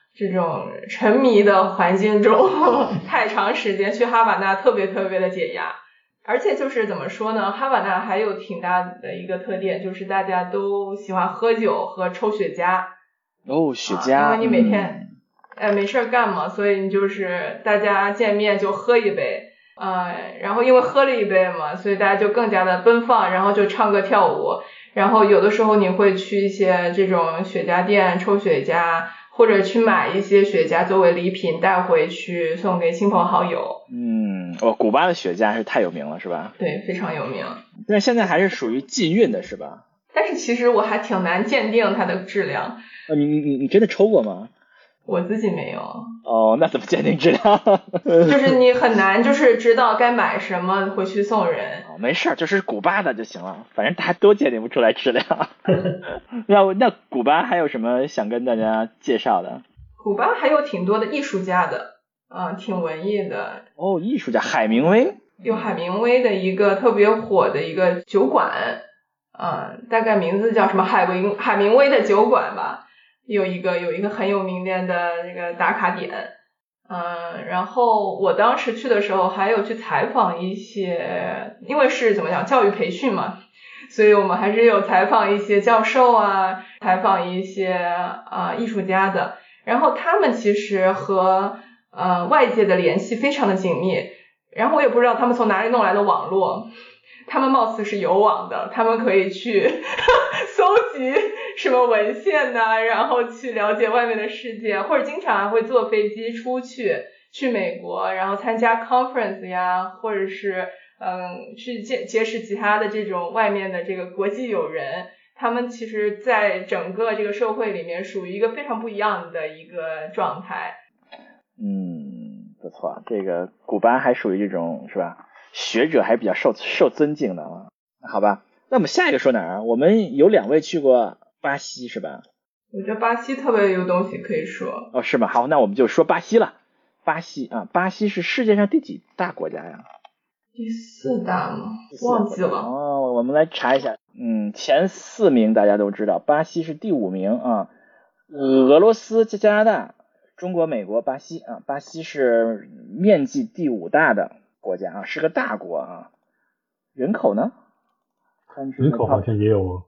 这种沉迷的环境中太长时间，去哈瓦那特别特别的解压。而且就是怎么说呢，哈瓦那还有挺大的一个特点，就是大家都喜欢喝酒和抽雪茄。 哦，雪茄。 因为你每天没事干嘛，所以你就是大家见面就喝一杯，然后因为喝了一杯嘛，所以大家就更加的奔放，然后就唱歌跳舞，然后有的时候你会去一些这种雪茄店抽雪茄，或者去买一些雪茄作为礼品带回去送给亲朋好友。 古巴的雪茄是太有名了是吧？ 对，非常有名。 但是现在还是属于禁运的是吧？ 但是其实我还挺难鉴定它的质量。 你真的抽过吗？ 我自己没有。 哦，那怎么鉴定质量？ 就是你很难就是知道该买什么回去送人。 没事，就是古巴的就行了，反正大家都鉴定不出来质量。那古巴还有什么想跟大家介绍的？ 古巴还有挺多的艺术家的，挺文艺的。 哦，艺术家，海明威。 有海明威的一个特别火的一个酒馆，大概名字叫什么海明威的酒馆吧。有一个很有名的这个打卡点，然后我当时去的时候还有去采访一些，因为是怎么讲教育培训嘛，所以我们还是有采访一些教授啊，采访一些艺术家的，然后他们其实和外界的联系非常的紧密，然后我也不知道他们从哪里弄来的网络。他们貌似是有网的，他们可以去搜集什么文献呐，然后去了解外面的世界，或者经常还会坐飞机去美国，然后参加 conference 呀，或者是去结识其他的这种外面的这个国际友人。他们其实在整个这个社会里面属于一个非常不一样的一个状态。 不错，这个古巴还属于这种是吧？学者还比较受尊敬的啊，好吧。那我们下一个说哪儿啊？我们有2位去过巴西是吧？ 我觉得巴西特别有东西可以说。 哦，是吗？好，那我们就说巴西了。巴西是世界上第几大国家呀？ 第4大吗？忘记了。 哦，我们来查一下。前4名大家都知道，巴西是第5名啊。俄罗斯、加拿大、中国、美国、巴西啊。巴西是面积第5大的国家啊，是个大国啊。人口呢？ 人口好像也有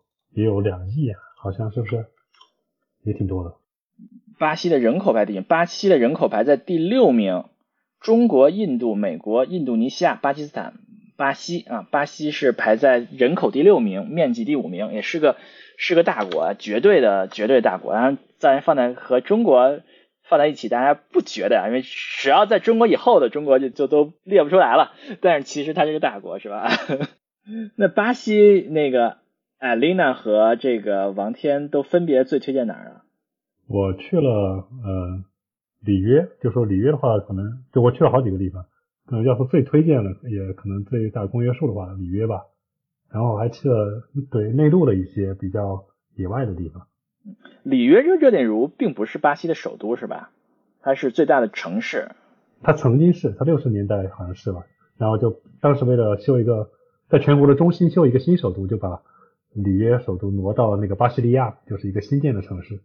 2亿啊，好像是不是？也挺多的。 巴西的人口排第一，巴西的人口排在第6名。中国、印度、美国、印度尼西亚、巴基斯坦、巴西啊，巴西是排在人口第6名，面积第5名，也是个大国，绝对大国。然后再和中国放在一起，大家不觉得啊，因为只要在中国以后的中国就都列不出来了。但是其实它是个大国，是吧？那巴西那个Alina 和这个王天都分别最推荐哪儿啊？ 我去了里约，就说里约的话，可能就我去了好几个地方，可能要说最推荐的，也可能最大公约数的话，里约吧。然后还去了内陆的一些比较野外的地方。 里约热点炉并不是巴西的首都是吧？它是最大的城市。 它曾经是，它60年代好像是吧。然后就当时为了修一个在全国的中心修一个新首都，就把里约首都挪到那个巴西利亚，就是一个新建的城市。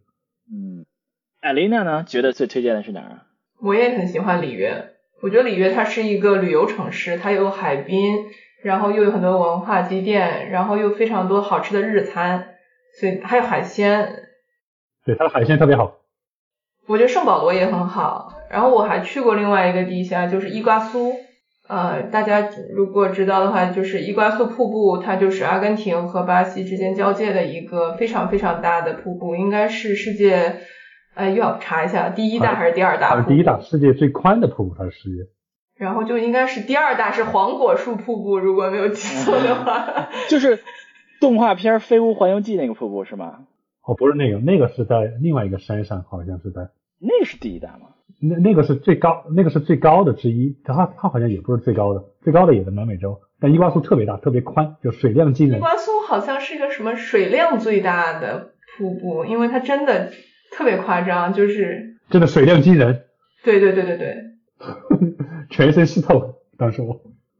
Alina 呢，觉得最推荐的是哪儿？ 我也很喜欢里约，我觉得里约它是一个旅游城市，它有海滨，然后又有很多文化积淀，然后又非常多好吃的日餐，所以还有海鲜。 对，它的海鲜特别好。 我觉得圣保罗也很好，然后我还去过另外一个地下，就是伊瓜苏。大家如果知道的话，就是伊瓜苏瀑布，它就是阿根廷和巴西之间交界的一个非常非常大的瀑布，应该是世界又要查一下第1大还是第2大瀑布？ 第1大，世界最宽的瀑布，它是世界。 然后就应该是第2大是黄果树瀑布，如果没有记错的话。 就是动画片《飞屋环游记》那个瀑布是吗？ 哦，不是那个是在另外一个山上，好像是在。 那个是第1大吗？ 那个是最高的之一，它好像也不是最高的，最高的也在南美洲。但伊瓜苏特别大，特别宽，就水量惊人。 伊瓜苏好像是一个什么水量最大的瀑布，因为它真的特别夸张，就是真的水量惊人。 对。 全身湿透，当时我。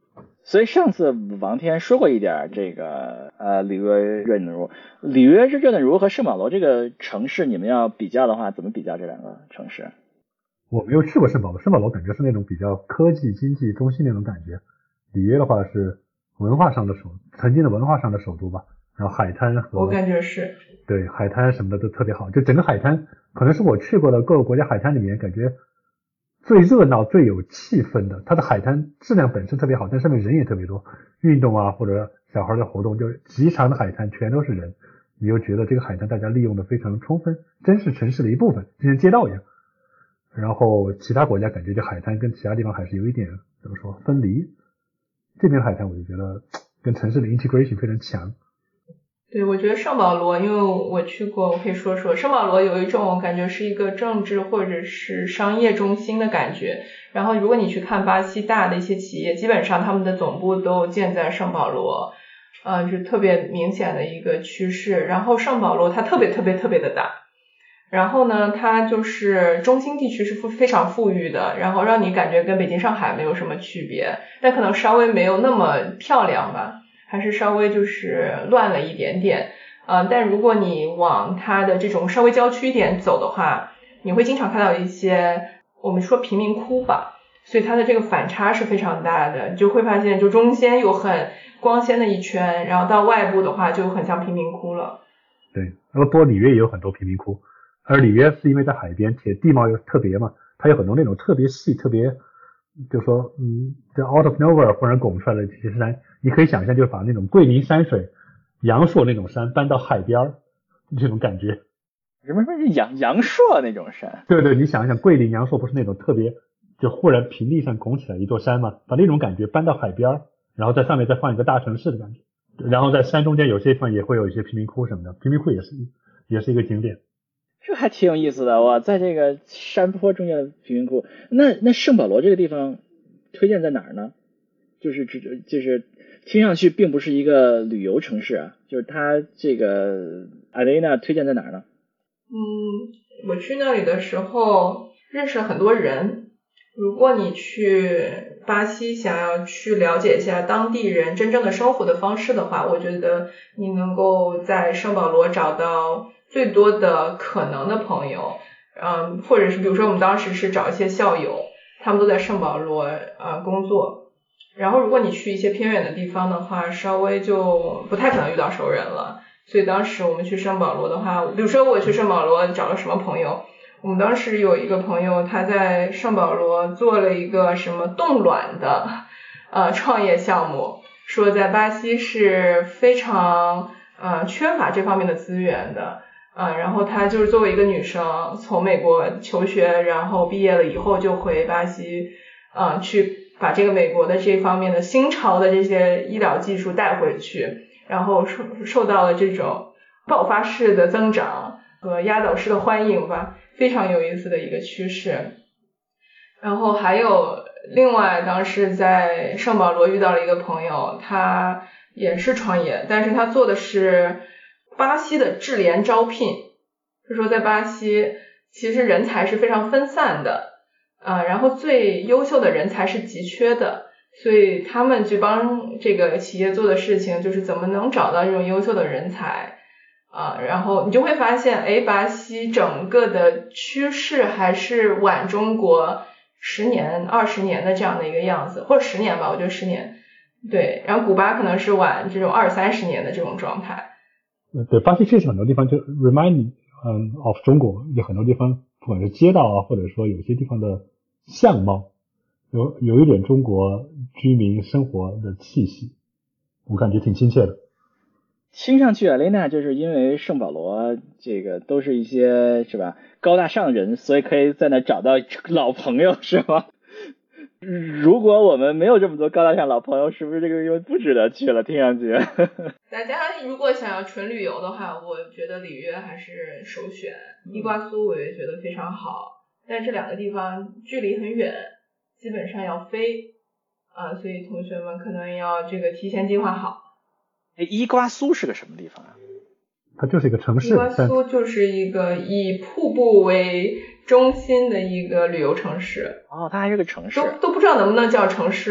所以上次王天说过一点这个里约热内卢，里约热内卢和圣保罗这个城市，你们要比较的话，怎么比较这两个城市？ 我没有去过圣保罗，圣保罗感觉是那种比较科技经济中心那种感觉，里约的话是文化上的曾经的文化上的首都吧，然后海滩和我感觉是对海滩什么的都特别好，就整个海滩可能是我去过的各个国家海滩里面感觉最热闹最有气氛的，它的海滩质量本身特别好，但上面人也特别多，运动啊或者小孩的活动，就极长的海滩全都是人，你又觉得这个海滩大家利用的非常充分，真是城市的一部分，就像街道一样。然后其他国家感觉这海滩跟其他地方还是有一点怎么说分离，这边海滩我就觉得跟城市的 integration 非常强。 对，我觉得圣保罗，因为我去过，我可以说说圣保罗有一种感觉是一个政治或者是商业中心的感觉。然后如果你去看巴西大的一些企业，基本上他们的总部都建在圣保罗，是特别明显的一个趋势。然后圣保罗它特别的大，然后呢，它就是中心地区是非常富裕的，然后让你感觉跟北京上海没有什么区别，但可能稍微没有那么漂亮吧。还是稍微就是乱了一点点，但如果你往它的这种稍微郊区一点走的话，你会经常看到一些我们说贫民窟吧，所以它的这个反差是非常大的，就会发现就中间有很光鲜的一圈，然后到外部的话就很像贫民窟了。 对，不过里约也有很多贫民窟，而里约是因为在海边且地貌又特别嘛，它有很多那种特别细特别就说这 out of nowhere 忽然拱出来的这些山，你可以想象就是把那种桂林山水阳朔那种山搬到海边这种感觉。 什么阳朔那种山？ 对对，你想一想桂林阳朔不是那种特别就忽然平地上拱起来一座山嘛，把那种感觉搬到海边，然后在上面再放一个大城市的感觉，然后在山中间有些地方也会有一些贫民窟什么的，贫民窟也是一个景点。 这还挺有意思的哇，在这个山坡中间的贫民窟。那圣保罗这个地方推荐在哪儿呢？就是听上去并不是一个旅游城市啊，就是它这个阿雷纳推荐在哪儿呢？ 我去那里的时候认识了很多人。如果你去巴西想要去了解一下当地人真正的生活的方式的话，我觉得你能够在圣保罗找到最多的可能的朋友，或者是比如说我们当时是找一些校友，他们都在圣保罗工作。然后如果你去一些偏远的地方的话，稍微就不太可能遇到熟人了。所以当时我们去圣保罗的话，比如说我去圣保罗找了什么朋友，我们当时有一个朋友他在圣保罗做了一个什么冻卵的创业项目，说在巴西是非常缺乏这方面的资源的。然后她就是作为一个女生从美国求学，然后毕业了以后就回巴西去把这个美国的这方面的新潮的这些医疗技术带回去，然后受到了这种爆发式的增长和压倒式的欢迎吧，非常有意思的一个趋势。然后还有另外当时在圣保罗遇到了一个朋友，他也是创业，但是他做的是巴西的智联招聘。就说在巴西其实人才是非常分散的，然后最优秀的人才是急缺的，所以他们去帮这个企业做的事情就是怎么能找到这种优秀的人才然后你就会发现巴西整个的趋势还是晚中国10年20年的这样的一个样子，或者10年吧，我觉得10年。对，然后古巴可能是晚这种20-30年的这种状态。 对，巴西确实很多地方就 remind of 中国，有很多地方不管是街道或者说有些地方的相貌有一点中国居民生活的气息，我感觉挺亲切的。 听上去阿雷纳就是因为圣保罗这个都是一些是吧高大上人，所以可以在那找到老朋友是吗？如果我们没有这么多高大上老朋友，是不是这个地方不值得去了？听上去大家如果想要纯旅游的话，我觉得里约还是首选。伊瓜苏我也觉得非常好，但这两个地方距离很远，基本上要飞所以同学们可能要这个提前计划好。 伊瓜苏是个什么地方啊？ 它就是一个城市。 伊瓜苏就是一个以瀑布为中心的一个旅游城市。 它还是个城市。 都不知道能不能叫城市了。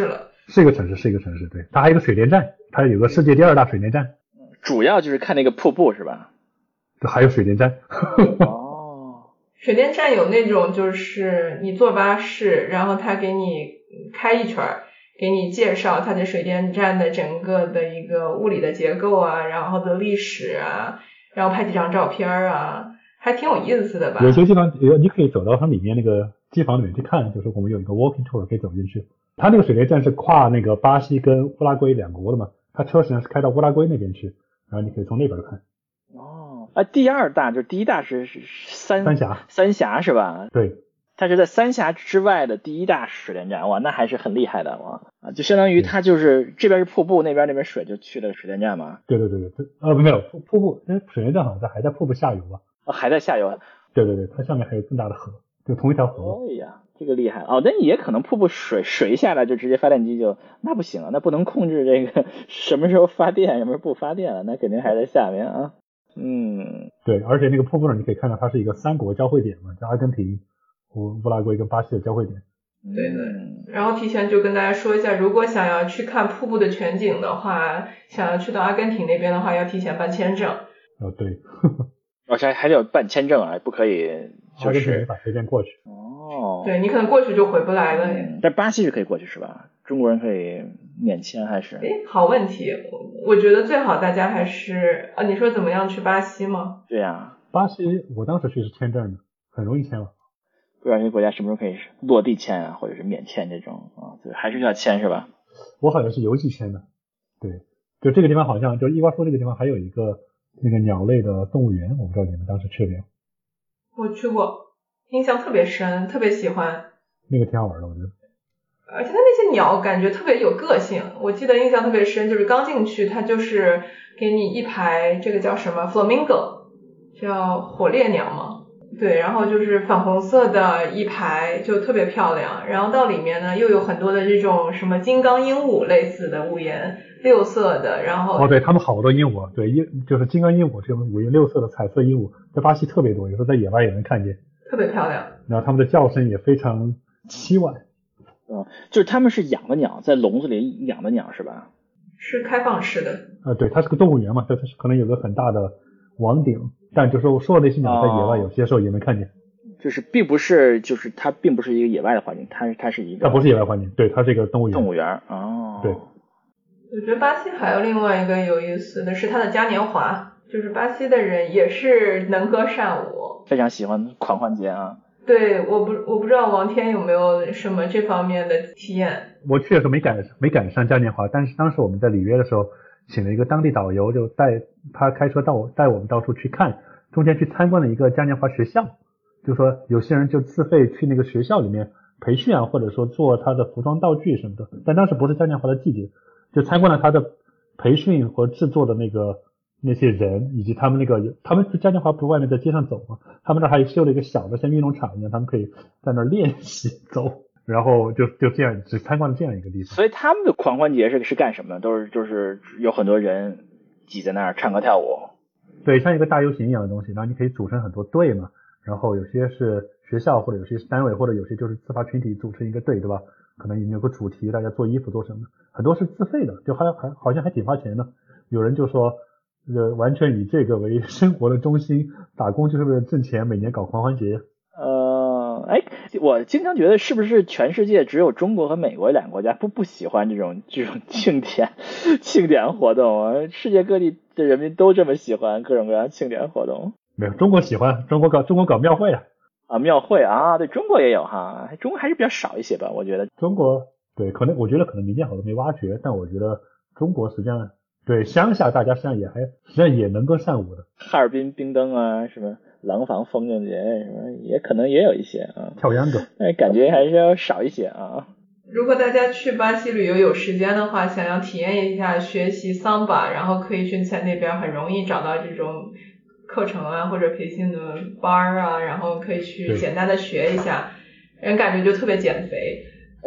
是一个城市，对，它还有个水电站，它有个世界第2大水电站， 主要就是看那个瀑布是吧？ 还有水电站。 哦， 水电站有那种就是你坐巴士，然后他给你开一圈，给你介绍它的水电站的整个的一个物理的结构啊，然后的历史啊，然后拍几张照片啊，还挺有意思的吧。 有些地方你可以走到它里面那个机房里面去看，就是我们有一个 walking tour 可以走进去。它那个水电站是跨那个巴西跟乌拉圭2国的嘛，它车实际上是开到乌拉圭那边去，然后你可以从那边看。 哦，第2大就是第1大是三峡是吧？ 对， 它是在三峡之外的第1大水电站，哇，那还是很厉害的哇！啊，就相当于它就是这边是瀑布，那边水就去了水电站嘛。 对，没有瀑布，水电站好像还在瀑布下游吧？ 还在下游。 对，它下面还有更大的河，就同一条河。 哎呀，这个厉害哦！那也可能瀑布水下来就直接发电机那不行啊，那不能控制这个什么时候发电，什么时候不发电了，那肯定还在下面啊。 对，而且那个瀑布上你可以看到它是一个3国交汇点嘛，叫阿根廷、乌拉圭跟巴西的交汇点。 对，然后提前就跟大家说一下，如果想要去看瀑布的全景的话，想要去到阿根廷那边的话，要提前办签证。 对。 而且还得办签证啊，不可以就是没法随便过去。 哦。 对，你可能过去就回不来了。 但巴西是可以过去是吧？中国人可以免签还是？ 好问题，我觉得最好大家还是你说怎么样去巴西吗？ 对呀， 巴西我当时去是签证的，很容易签了。 不知道这个国家什么时候可以落地签啊，或者是免签这种啊？对，还是要签是吧？ 我好像是邮寄签的。对，就这个地方好像就伊瓜苏这个地方还有一个那个鸟类的动物园，我不知道你们当时去了没有？ 我去过，印象特别深，特别喜欢。 那个挺好玩的，我觉得。 而且它那些鸟感觉特别有个性，我记得印象特别深，就是刚进去它就是给你一排这个叫什么 flamingo， 叫火烈鸟嘛，对，然后就是粉红色的一排就特别漂亮，然后到里面呢又有很多的这种什么金刚鹦鹉类似的五颜六色的，然后对，他们好多鹦鹉，对，就是金刚鹦鹉这种五颜六色的彩色鹦鹉在巴西特别多，有时候在野外也能看见， 特别漂亮， 然后它们的叫声也非常凄婉。 就是他们是养的鸟，在笼子里养的鸟是吧？ 是开放式的。 对，它是个动物园嘛，它可能有个很大的网顶，但就是说那些鸟在野外有些时候也能看见。 就是并不是，就是它并不是一个野外的环境，它是一个。 它不是野外环境，对，它是一个动物园。 动物园哦。 对。 我觉得巴西还有另外一个有意思的是它的嘉年华，就是巴西的人也是能歌善舞， 非常喜欢狂欢节啊。 对，我不知道王天有没有什么这方面的体验。 我去的时候没赶上嘉年华，但是当时我们在里约的时候，请了一个当地导游，就带他开车带我们到处去看，中间去参观了一个嘉年华学校，就说有些人就自费去那个学校里面培训啊，或者说做他的服装道具什么的，但当时不是嘉年华的季节，就参观了他的培训和制作的那些人，以及他们嘉年华不是外面在街上走吗？他们那还修了一个小的像运动场一样，他们可以在那儿练习走，然后就这样只参观了这样一个地方。 所以他们的狂欢节是干什么的？就是有很多人挤在那儿唱歌跳舞。 对，像一个大游行一样的东西，然后你可以组成很多队嘛，然后有些是学校，或者有些是单位，或者有些就是自发群体组成一个队，对吧？可能有个主题，大家做衣服做什么，很多是自费的，就好像还挺花钱的。有人就说完全以这个为生活的中心，打工就是为了挣钱，每年搞狂欢节。 我经常觉得是不是全世界只有中国和美国2个国家不喜欢这种庆典活动啊？世界各地的人民都这么喜欢各种各样庆典活动。 没有，中国喜欢，中国搞庙会啊，庙会啊，对，中国也有哈，中国还是比较少一些吧，我觉得。 中国对，我觉得可能民间好多没挖掘，但我觉得中国实际上对乡下大家实际上也能够善舞的。 哈尔滨冰灯啊，什么廊坊风筝节什么，也可能也有一些啊。 跳秧歌， 但感觉还是要少一些啊。 如果大家去巴西旅游有时间的话，想要体验一下学习桑巴，然后可以去在那边很容易找到这种课程啊或者培训的班啊，然后可以去简单的学一下，人感觉就特别减肥。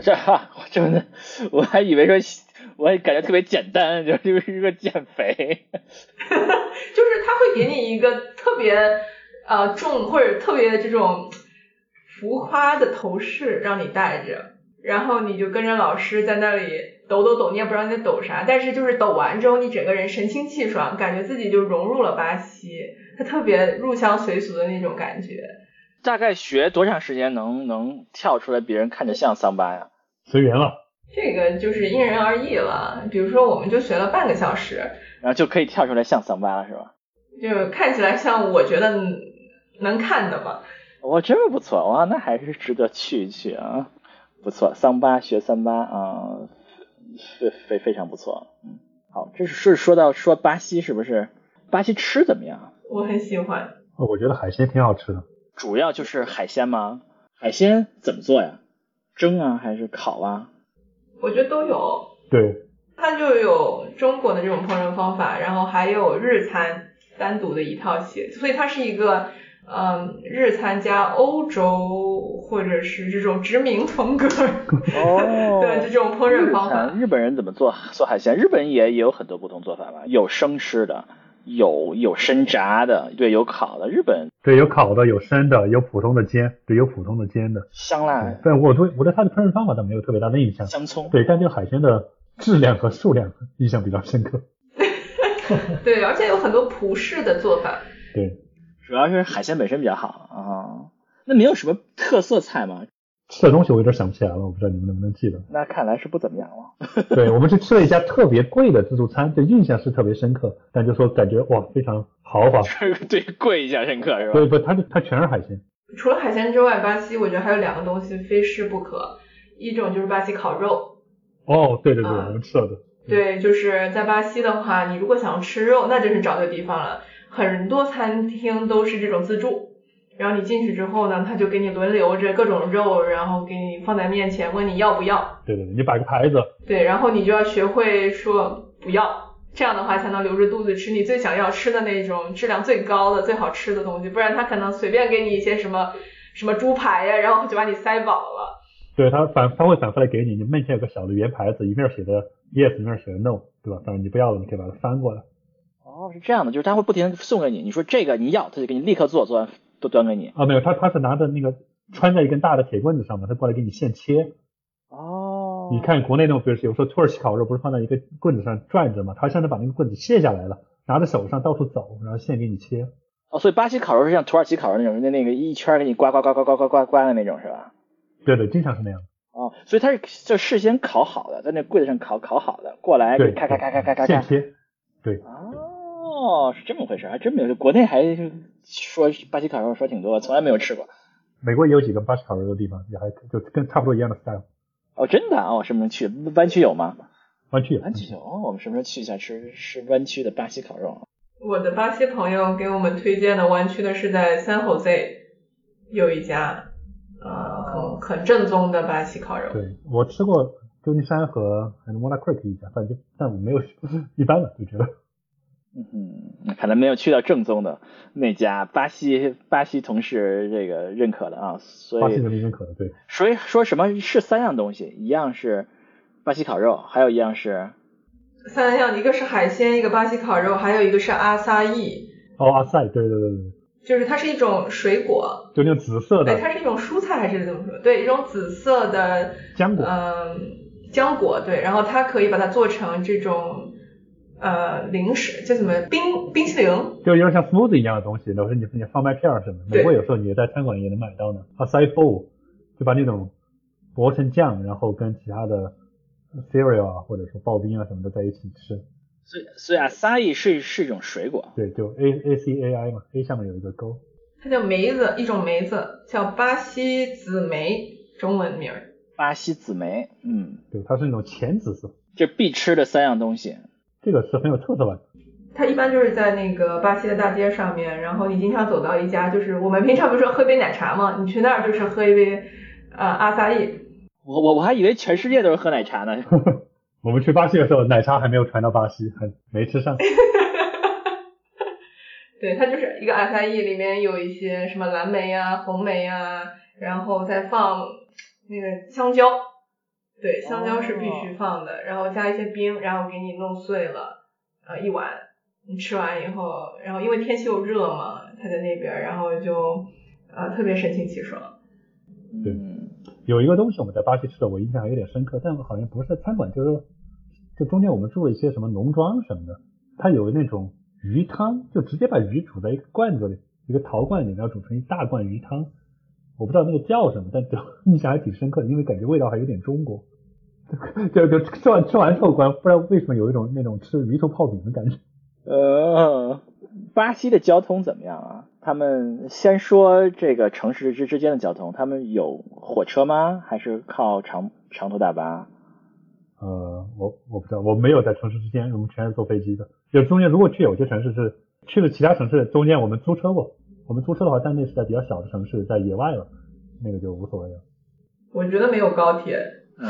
我还以为说，我还感觉特别简单，就是一个减肥。 就是他会给你一个特别重或者特别这种浮夸的头饰让你戴着，然后你就跟着老师在那里抖，你也不知道你在抖啥，但是就是抖完之后你整个人神清气爽，感觉自己就融入了巴西，它特别入乡随俗的那种感觉。 大概学多长时间能跳出来别人看着像桑巴呀？ 随缘了。 这个就是因人而异了，比如说我们就学了半个小时， 然后就可以跳出来像桑巴了是吧？ 就看起来像我觉得能看的吧。 哇，这么不错哇，那还是值得去一去啊。不错，桑巴学桑巴啊，非常不错。好，这是说巴西是不是？巴西吃怎么样？ 我很喜欢。 我觉得海鲜挺好吃的。 主要就是海鲜吗？海鲜怎么做呀？蒸啊还是烤啊？ 我觉得都有。 对。 它就有中国的这种烹饪方法，然后还有日餐单独的一套系，所以它是一个日餐加欧洲或者是这种殖民风格对这种烹饪方法。 日本人怎么做海鲜？日本也有很多不同做法吧，有生吃的，有生炸的，对，有烤的。日本对有烤的，有生的，有普通的煎，对，有普通的煎的。 香辣。 但我对它的烹饪方法倒没有特别大的印象。 香葱。对， 但这个海鲜的质量和数量印象比较深刻。 对，而且有很多葡式的做法。 对， 主要是海鲜本身比较好啊。那没有什么特色菜吗？ 吃的东西我有点想不起来了，我不知道你们能不能记得。 那看来是不怎么样了。 对，我们去吃了一家特别贵的自助餐，就印象是特别深刻，但就说感觉哇非常豪华。 对，贵印象深刻是吧？ 对不，它全是海鲜。 除了海鲜之外，巴西我觉得还有两个东西非吃不可，一种就是巴西烤肉。 哦，对，我们吃了的。 对，就是在巴西的话，你如果想要吃肉，那真是找对地方了。很多餐厅都是这种自助，然后你进去之后呢，他就给你轮流着各种肉，然后给你放在面前，问你要不要。 对，你摆个牌子。 对，然后你就要学会说不要，这样的话才能留着肚子吃你最想要吃的那种质量最高的、最好吃的东西，不然他可能随便给你一些什么猪排呀，然后就把你塞饱了。 对，他会反复来给你，你面前有个小的圆牌子，一面写的 yes， 一面写的 no， 对吧？当然你不要了，你可以把它翻过来。 哦，是这样的，就是他会不停地送给你，你说这个你要，他就给你立刻做完都端给你。 没有，他是拿着那个穿在一根大的铁棍子上面，他过来给你现切。 哦。 你看国内那种，比如有时候土耳其烤肉不是放在一个棍子上转着嘛，他现在把那个棍子卸下来了，拿在手上到处走，然后现给你切。 哦，所以巴西烤肉是像土耳其烤肉那种，那个一圈给你刮的那种是吧？ 对，经常是那样。 哦，所以它是就事先烤好的，在那柜子上烤好的，过来给咔现切。对。 哦，是这么回事，还真没有。国内还说巴西烤肉说挺多，从来没有吃过。 美国也有几个巴西烤肉的地方，也还就跟差不多一样的 style。 哦，真的啊？我什么时候去？湾区有吗？ 湾区有。 哦，我们什么时候去一下吃湾区的巴西烤肉？ 我的巴西朋友给我们推荐的湾区的是在 San Jose 有一家很正宗的巴西烤肉。 对，我吃过旧金山和 Walnut Creek 一家，但我没有一般的就觉得。 可能没有去到正宗的那家巴西同事这个认可的啊，所以巴西人民认可的。对， 所以说什么是3样东西，一样是巴西烤肉，还有一样是 3样，一个是海鲜，一个巴西烤肉，还有一个是阿萨伊。 阿萨伊，对， 就是它是一种水果， 就那种紫色的。 对，它是一种蔬菜还是怎么说？对，一种紫色的浆果。 浆果，对，然后它可以把它做成这种零食，叫什么冰淇淋， 就有点像 smoothie 一样的东西，都是你放麦片什么，美国有时候你也在餐馆也能买到呢。acai bowl 就把那种磨成酱，然后跟其他的 cereal 啊或者说刨冰啊什么的在一起吃。 所以 acai 是一种水果。 对，就 acai 嘛 ，A 下面有一个勾。 它叫梅子，一种梅子叫巴西紫莓，中文名。 巴西紫莓， 对，它是那种浅紫色。 这必吃的3样东西。这个是很有特色吧？ 它一般就是在那个巴西的大街上面，然后你经常走到一家，就是我们平常不是说喝杯奶茶吗？你去那儿就是喝一杯阿萨伊。 我还以为全世界都是喝奶茶呢。 我们去巴西的时候，奶茶还没有传到巴西，还没吃上。 对，它就是一个阿萨伊，里面有一些什么蓝莓啊、红莓啊，然后再放那个香蕉。对，香蕉是必须放的，然后加一些冰，然后给你弄碎了，一碗，你吃完以后，然后因为天气又热嘛，它在那边，然后就特别神清气爽。 对，有一个东西我们在巴西吃的，我印象还有点深刻，但好像不是在餐馆，就是就中间我们住了一些什么农庄什么的，它有那种鱼汤，就直接把鱼煮在一个罐子里，一个陶罐里，然后煮成一大罐鱼汤。我不知道那个叫什么，但就印象还挺深刻的，因为感觉味道还有点中国。就吃完之后，不知道为什么有一种那种吃鱼头泡饼的感觉。 巴西的交通怎么样啊？他们先说这个城市之间的交通，他们有火车吗？还是靠长途大巴？ 我不知道，我没有在城市之间，我们全是坐飞机的。就中间如果去有些城市是去了其他城市，中间我们租车过。我们租车的话，但那是在比较小的城市，在野外了，那个就无所谓了。 我觉得没有高铁。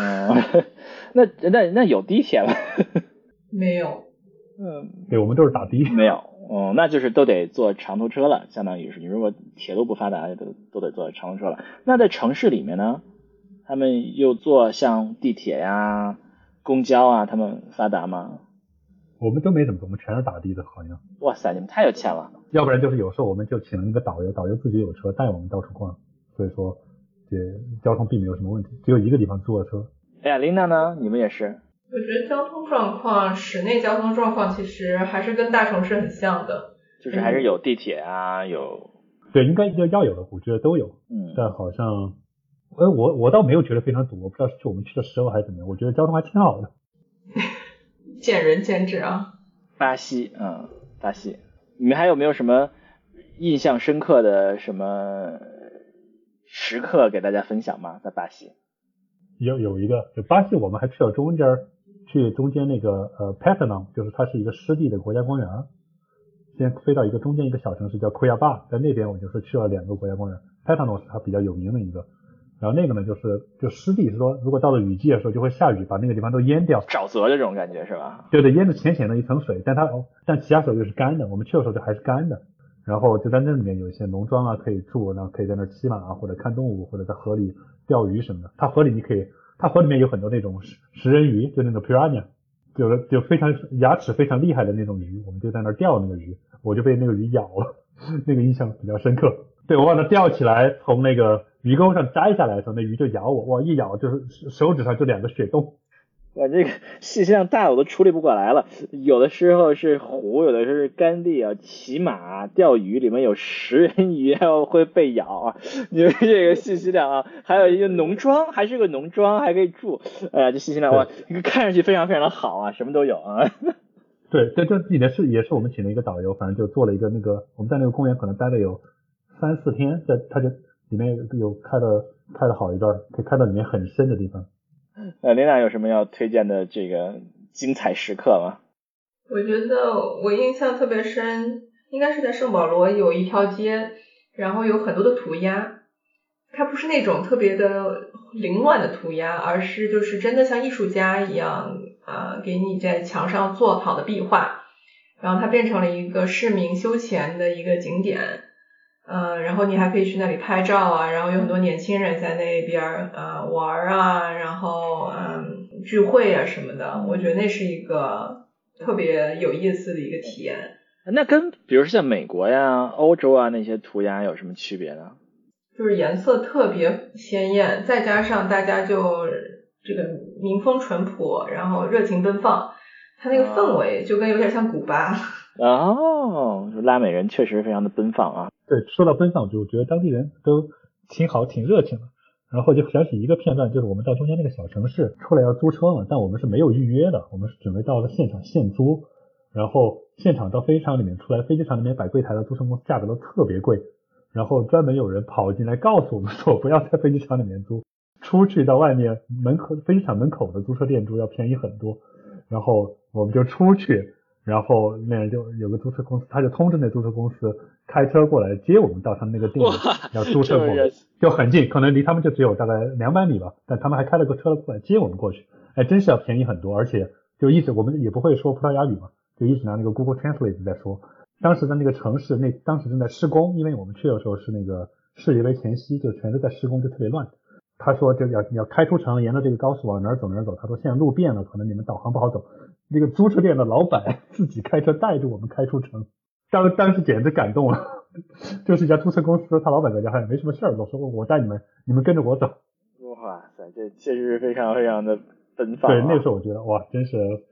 那有地铁吗？ 没有。 对，我们都是打的。 没有。那就是都得坐长途车了，相当于是你如果铁路不发达，都得坐长途车了。那在城市里面呢，他们又坐像地铁呀、公交啊，他们发达吗？ 我们都没怎么坐，我们全是打的的，好像。 哇塞，你们太有钱了。 要不然就是有时候我们就请了一个导游，导游自己有车带我们到处逛，所以说这交通并没有什么问题，只有一个地方坐车。 哎呀，琳娜呢？你们也是？ 我觉得交通状况，室内交通状况其实还是跟大城市很像的， 就是还是有地铁啊，有。 对，应该要有的，我觉得都有。但好像，我倒没有觉得非常堵，我不知道是我们去的时候还是怎么样，我觉得交通还挺好的。 见仁见智啊。 巴西，你们还有没有什么印象深刻的什么时刻给大家分享吗？在巴西有一个，就巴西我们还去了中间那个Pantanal， 就是它是一个湿地的国家公园。先飞到中间一个小城市叫库亚巴，在那边我就是去了2个国家公园。Pantanal 是它比较有名的一个，然后那个呢就湿地，是说如果到了雨季的时候就会下雨，把那个地方都淹掉， 沼泽这种感觉是吧？ 对，淹着浅浅的一层水，但其他时候又是干的，我们去的时候就还是干的。然后就在那里面有一些农庄啊可以住，然后可以在那儿骑马啊，或者看动物，或者在河里钓鱼什么的。它河里面有很多那种食人鱼，就那个 piranha， 就非常牙齿非常厉害的那种鱼，我们就在那儿钓那个鱼，我就被那个鱼咬了，那个印象比较深刻。对，我把它钓起来，从那个鱼钩上摘下来的时候，那鱼就咬我，哇，一咬就是手指上就2个血洞。 我这个信息量大，我都处理不过来了。有的时候是湖，有的时候是干地啊，骑马、钓鱼，里面有食人鱼，还有会被咬啊。你们这个信息量啊，还有一个农庄，还是个农庄，还可以住。这信息量哇，看上去非常非常的好啊，什么都有啊。对， 这里面也是我们请了一个导游，反正就做了一个我们在那个公园可能待了有3-4天，他就里面有开了好一段，可以开到里面很深的地方。 琳娜有什么要推荐的这个精彩时刻吗？ 我觉得我印象特别深，应该是在圣保罗有一条街，然后有很多的涂鸦，它不是那种特别的凌乱的涂鸦，而是就是真的像艺术家一样给你在墙上做好的壁画，然后它变成了一个市民休闲的一个景点。然后你还可以去那里拍照啊，然后有很多年轻人在那边玩啊，然后聚会啊什么的，我觉得那是一个特别有意思的一个体验。 那跟比如像美国呀、欧洲啊那些涂鸦有什么区别呢？ 就是颜色特别鲜艳，再加上大家就这个民风淳朴，然后热情奔放，它那个氛围就有点像古巴。 拉美人确实非常的奔放啊。 对，说到奔放，我就觉得当地人都挺好，挺热情的。然后就想起一个片段，就是我们到中间那个小城市出来要租车嘛，但我们是没有预约的，我们是准备到了现场现租。然后现场到飞机场里面出来，飞机场里面摆柜台的租车公司价格都特别贵，然后专门有人跑进来告诉我们说不要在飞机场里面租，出去到外面飞机场门口的租车店租要便宜很多。然后我们就出去，然后那人就有个租车公司，他就通知那租车公司开车过来接我们到他们那个店里，要租车过来，就很近，可能离他们就只有大概200米吧，但他们还开了个车过来接我们过去，真是要便宜很多，而且就一直我们也不会说葡萄牙语嘛，就一直拿那个 Google Translate 在说。当时在那个城市当时正在施工，因为我们去的时候是那个世界杯前夕，就全都在施工，就特别乱。他说就要开出城，沿着这个高速往哪儿走哪儿走，他说现在路变了，可能你们导航不好走。那个租车店的老板自己开车带着我们开出城，当时简直感动了。就是一家租车公司，他老板在家还没什么事儿，我说我带你们跟着我走。 哇塞，这确实是非常非常的奔放。 对，那个时候我觉得哇，真是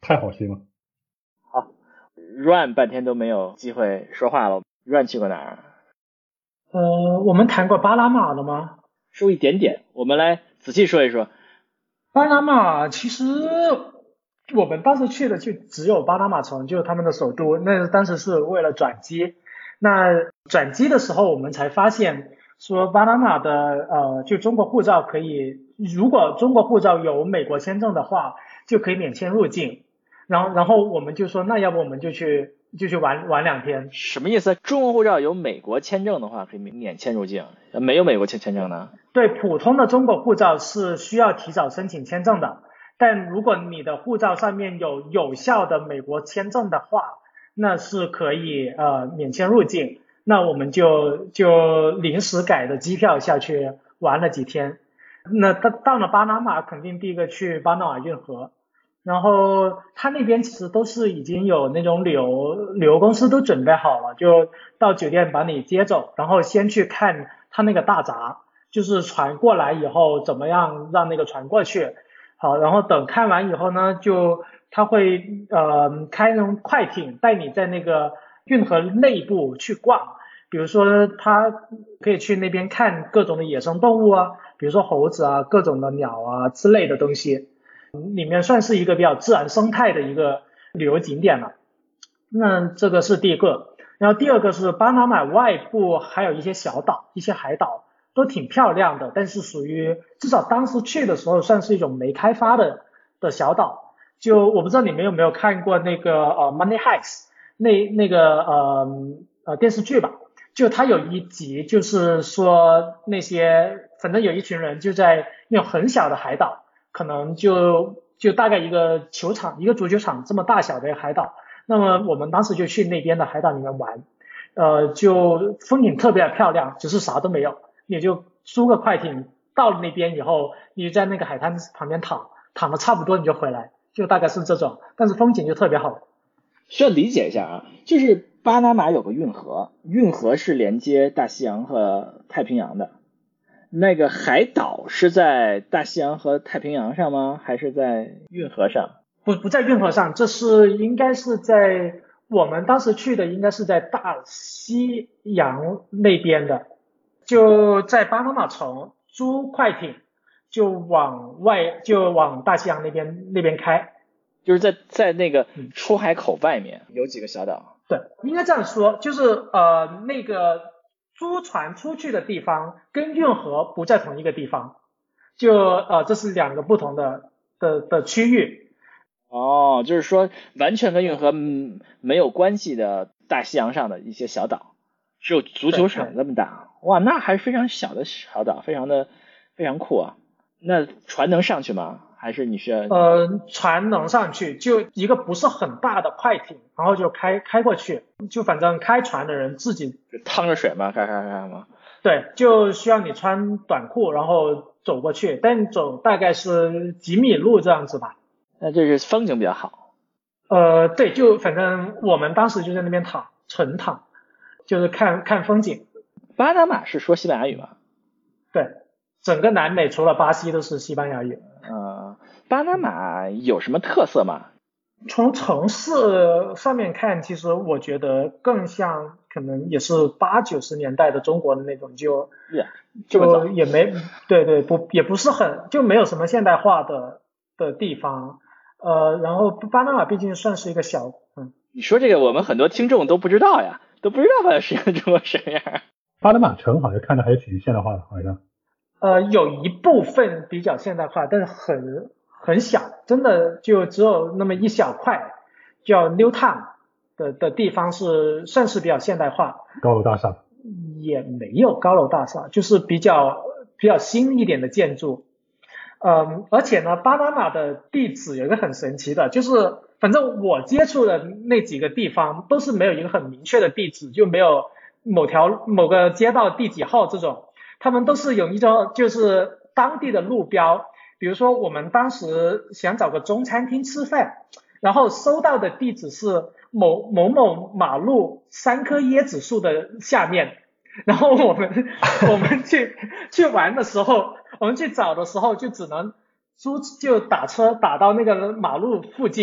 太好心了。 好 ，Run 半天都没有机会说话了。Run 去过哪儿？ 我们谈过巴拿马了吗？ 说一点点，我们来仔细说一说。 巴拿马其实我们当时去的就只有巴拿马城，就是他们的首都。那当时是为了转机。那转机的时候，我们才发现说巴拿马的就中国护照可以，如果中国护照有美国签证的话，就可以免签入境。然后我们就说，那要不我们就去玩2天。 什么意思？中国护照有美国签证的话，可以免签入境；没有美国签证呢？ 对，普通的中国护照是需要提早申请签证的。但如果你的护照上面有有效的美国签证的话，那是可以免签入境。那我们就临时改的机票下去玩了几天。那到了巴拿马，肯定第一个去巴拿马运河。然后他那边其实都是已经有那种旅游公司都准备好了，就到酒店把你接走，然后先去看他那个大闸，就是船过来以后怎么样让那个船过去。好，然后等看完以后呢，他会开那种快艇带你在那个运河内部去逛，比如说他可以去那边看各种的野生动物啊，比如说猴子啊，各种的鸟啊之类的东西。里面算是一个比较自然生态的一个旅游景点了。那这个是第一个。然后第二个是巴拿马外部还有一些小岛，一些海岛都挺漂亮的，但是属于至少当时去的时候算是一种没开发的小岛。就我不知道你们有没有看过那个Money Heist 那个电视剧吧。就它有一集就是说那些反正有一群人就在那种很小的海岛，可能就大概一个球场，一个足球场这么大小的海岛。那么我们当时就去那边的海岛里面玩，就风景特别漂亮，只是啥都没有。你就租个快艇到了那边以后，你就在那个海滩旁边躺的差不多你就回来，就大概是这种，但是风景就特别好。 需要理解一下啊，就是巴拿马有个运河，运河是连接大西洋和太平洋的。那个海岛是在大西洋和太平洋上吗？还是在运河上？ 不在运河上，这是应该是在我们当时去的应该是在大西洋那边的，就在巴拿马城租快艇就往大西洋那边开。 就是在那个出海口外面有几个小岛。 对，应该这样说，就是那个租船出去的地方跟运河不在同一个地方，就这是两个不同的区域。 哦，就是说完全跟运河没有关系的大西洋上的一些小岛，只有足球场那么大。哇，那还是非常小的小岛，非常酷啊。那船能上去吗？还是你需要？ 船能上去，就一个不是很大的快艇，然后就开过去，就反正开船的人自己趟着水吗？开吗？ 对，就需要你穿短裤，然后走过去，但走大概是几米路这样子吧。 那这是风景比较好。 对，就反正我们当时就在那边纯躺，就是看风景。 巴拿马是说西班牙语吗？ 对，整个南美除了巴西都是西班牙语。 巴拿马有什么特色吗？ 从城市上面看，其实我觉得更像可能也是80-90年代的中国的那种，就也没也不是很就没有什么现代化的地方。然后巴拿马毕竟算是一个小你说这个我们很多听众都不知道呀，都不知道它的实际中国什么样。 巴拿马城好像看着还挺现代化的，好像。 有一部分比较现代化，但是很小，真的就只有那么一小块叫 Newtown 的地方是算是比较现代化。 高楼大厦？ 也没有高楼大厦，就是比较新一点的建筑。而且呢，巴拿马的地址有一个很神奇的，就是反正我接触的那几个地方都是没有一个很明确的地址，就没有某个街道第几号这种，他们都是有一种就是当地的路标。比如说我们当时想找个中餐厅吃饭，然后收到的地址是某马路3棵椰子树的下面，然后我们去玩的时候，我们去找的时候就只能就打车打到那个马路附近，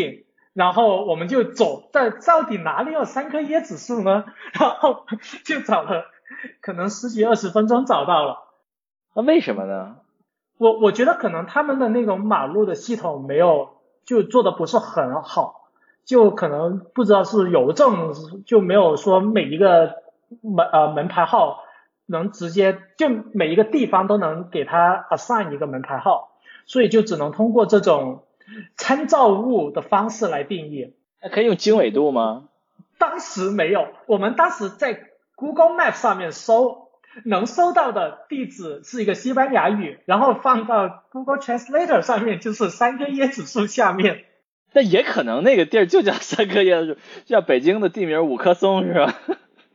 然后我们就走，到底哪里有3棵椰子树呢？然后就找了可能10几20分钟找到了。 那为什么呢？ 我觉得可能他们的那种马路的系统就做的不是很好，就可能不知道是邮政就没有说每一个门牌号能直接就每一个地方都能给他 assign 一个门牌号，所以就只能通过这种参照物的方式来定义。 那可以用经纬度吗？ 当时没有，我们当时在 Google Map 上面能搜到的地址是一个西班牙语，然后放到 Google Translator 上面就是3棵椰子树下面。 那也可能那个地儿就叫3棵椰子树，就像北京的地名5棵松是吧？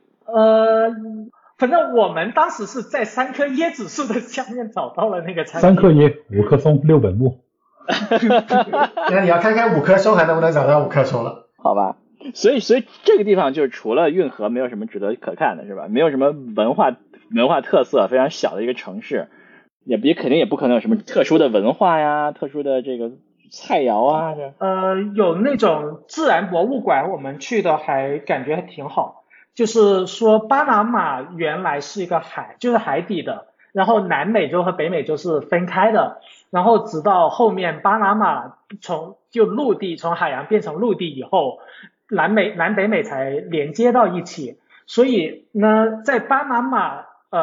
反正我们当时是在3棵椰子树的下面找到了那个餐厅。 3棵椰，5棵松，6本木。 那你要看看5棵松还能不能找到5棵松了。 好吧，所以这个地方就是除了运河没有什么值得可看的是吧？没有什么文化特色，非常小的一个城市，也肯定也不可能有什么特殊的文化呀，特殊的这个菜肴啊。 有那种自然博物馆，我们去的还感觉还挺好。就是说巴拿马原来是一个就是海底的，然后南美洲和北美洲是分开的，然后直到后面巴拿马从海洋变成陆地以后，南北美才连接到一起。所以呢，在巴拿马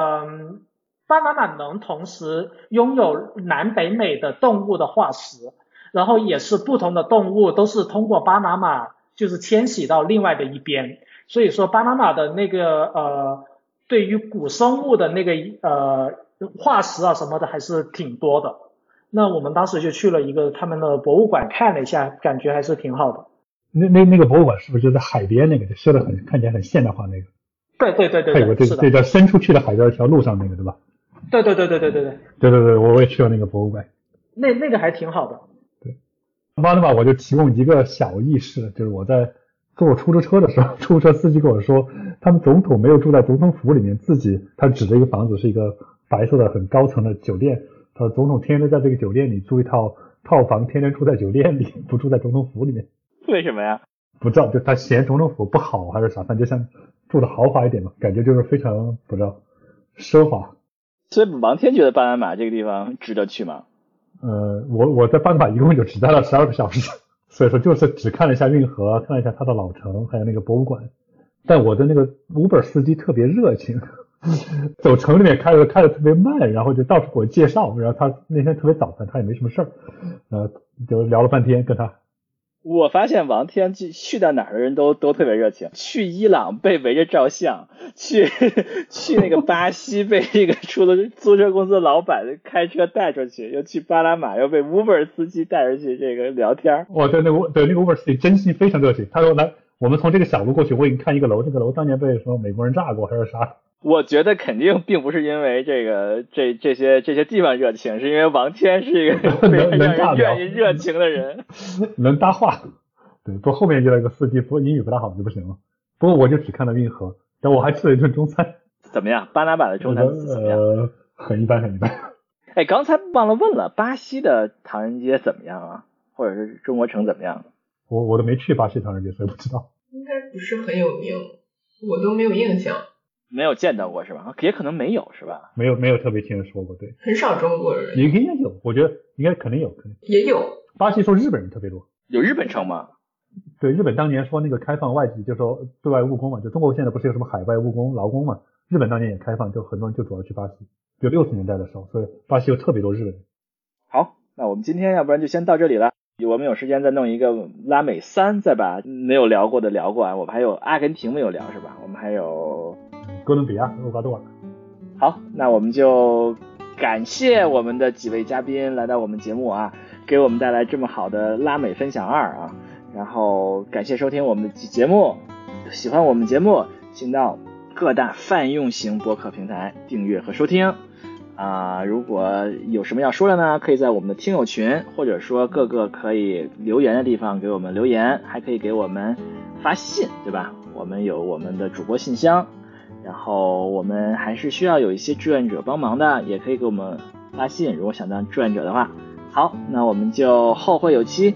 能同时拥有南北美的动物的化石，然后也是不同的动物都是通过巴拿马就是迁徙到另外的一边。所以说巴拿马的那个对于古生物的那个化石啊什么的还是挺多的。那我们当时就去了一个他们的博物馆看了一下，感觉还是挺好的。 那个博物馆是不是就在海边那个，就修得看起来很现代化那个？ 对， 它有个这叫伸出去的海边一条路上那个对吧？ 对， 我也去了那个博物馆。 那个还挺好的。 对，巴拿马我就提供一个小意识，就是我在坐出租车的时候，出租车司机跟我说，他们总统没有住在总统府里面，他指着一个房子是一个白色的很高层的酒店，他说总统天天在这个酒店里住一套房，天天住在酒店里，不住在总统府里面。 为什么呀？ 不知道，就他嫌总统府不好还是啥，反正就像住的豪华一点嘛，感觉就是非常不知道奢华。 所以王天觉得巴拿马这个地方值得去吗？ 我在巴拿马一共就只待了12个小时。所以说就是只看了一下运河，看了一下它的老城，还有那个博物馆。但我的那个 Uber 司机特别热情，走城里面开的特别慢，然后就到处给我介绍。然后他那天特别早他也没什么事儿，就聊了半天跟他。 我发现王天去到哪儿的人都特别热情。去伊朗被围着照相，去那个巴西被这个租车公司的老板开车带出去，又去巴拿马又被 Uber 司机带出去这个聊天。 对，那个 Uber 司机真心非常热情。他说来，我们从这个小路过去，我给你看一个楼，这个楼当年被说美国人炸过还是啥。 我觉得肯定并不是因为这些地方热情，是因为王天是一个非常让人愿意热情的人， 能搭话。对，不过后面遇到一个司机，不过英语不大好就不行了。不过我就只看到运河，但我还吃了一顿中餐。 怎么样？巴拿马的中餐怎么样？ 很一般。 哎，刚才忘了问了，巴西的唐人街怎么样啊？或者是中国城怎么样？ 我都没去巴西唐人街，所以不知道。 应该不是很有名，我都没有印象。 没有见到过是吧？也可能没有是吧？ 没有特别听人说过，对。 很少中国人。 应该有，我觉得应该肯定有。 也有。 巴西说日本人特别多。 有日本城吗？ 对，日本当年说那个开放外籍，就说对外务工嘛，就中国现在不是有什么海外务工劳工嘛，日本当年也开放，就很多人就主要去巴西，就60年代的时候，所以巴西有特别多日本人。 好，那我们今天要不然就先到这里了。我们有时间再弄一个拉美3，再把没有聊过的聊过啊。我们还有阿根廷没有聊是吧？我们还有哥伦比亚、厄瓜多尔。 好，那我们就感谢我们的几位嘉宾来到我们节目啊，给我们带来这么好的拉美分享2啊。然后感谢收听我们的节目，喜欢我们节目请到各大泛用型播客平台订阅和收听如果有什么要说的呢，可以在我们的听友群或者说各个可以留言的地方给我们留言，还可以给我们发信，对吧？我们有我们的主播信箱，然后我们还是需要有一些志愿者帮忙的，也可以给我们发信，如果想当志愿者的话。好，那我们就后会有期。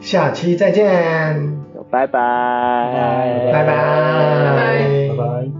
下期再见， 拜拜， 拜拜， 拜拜。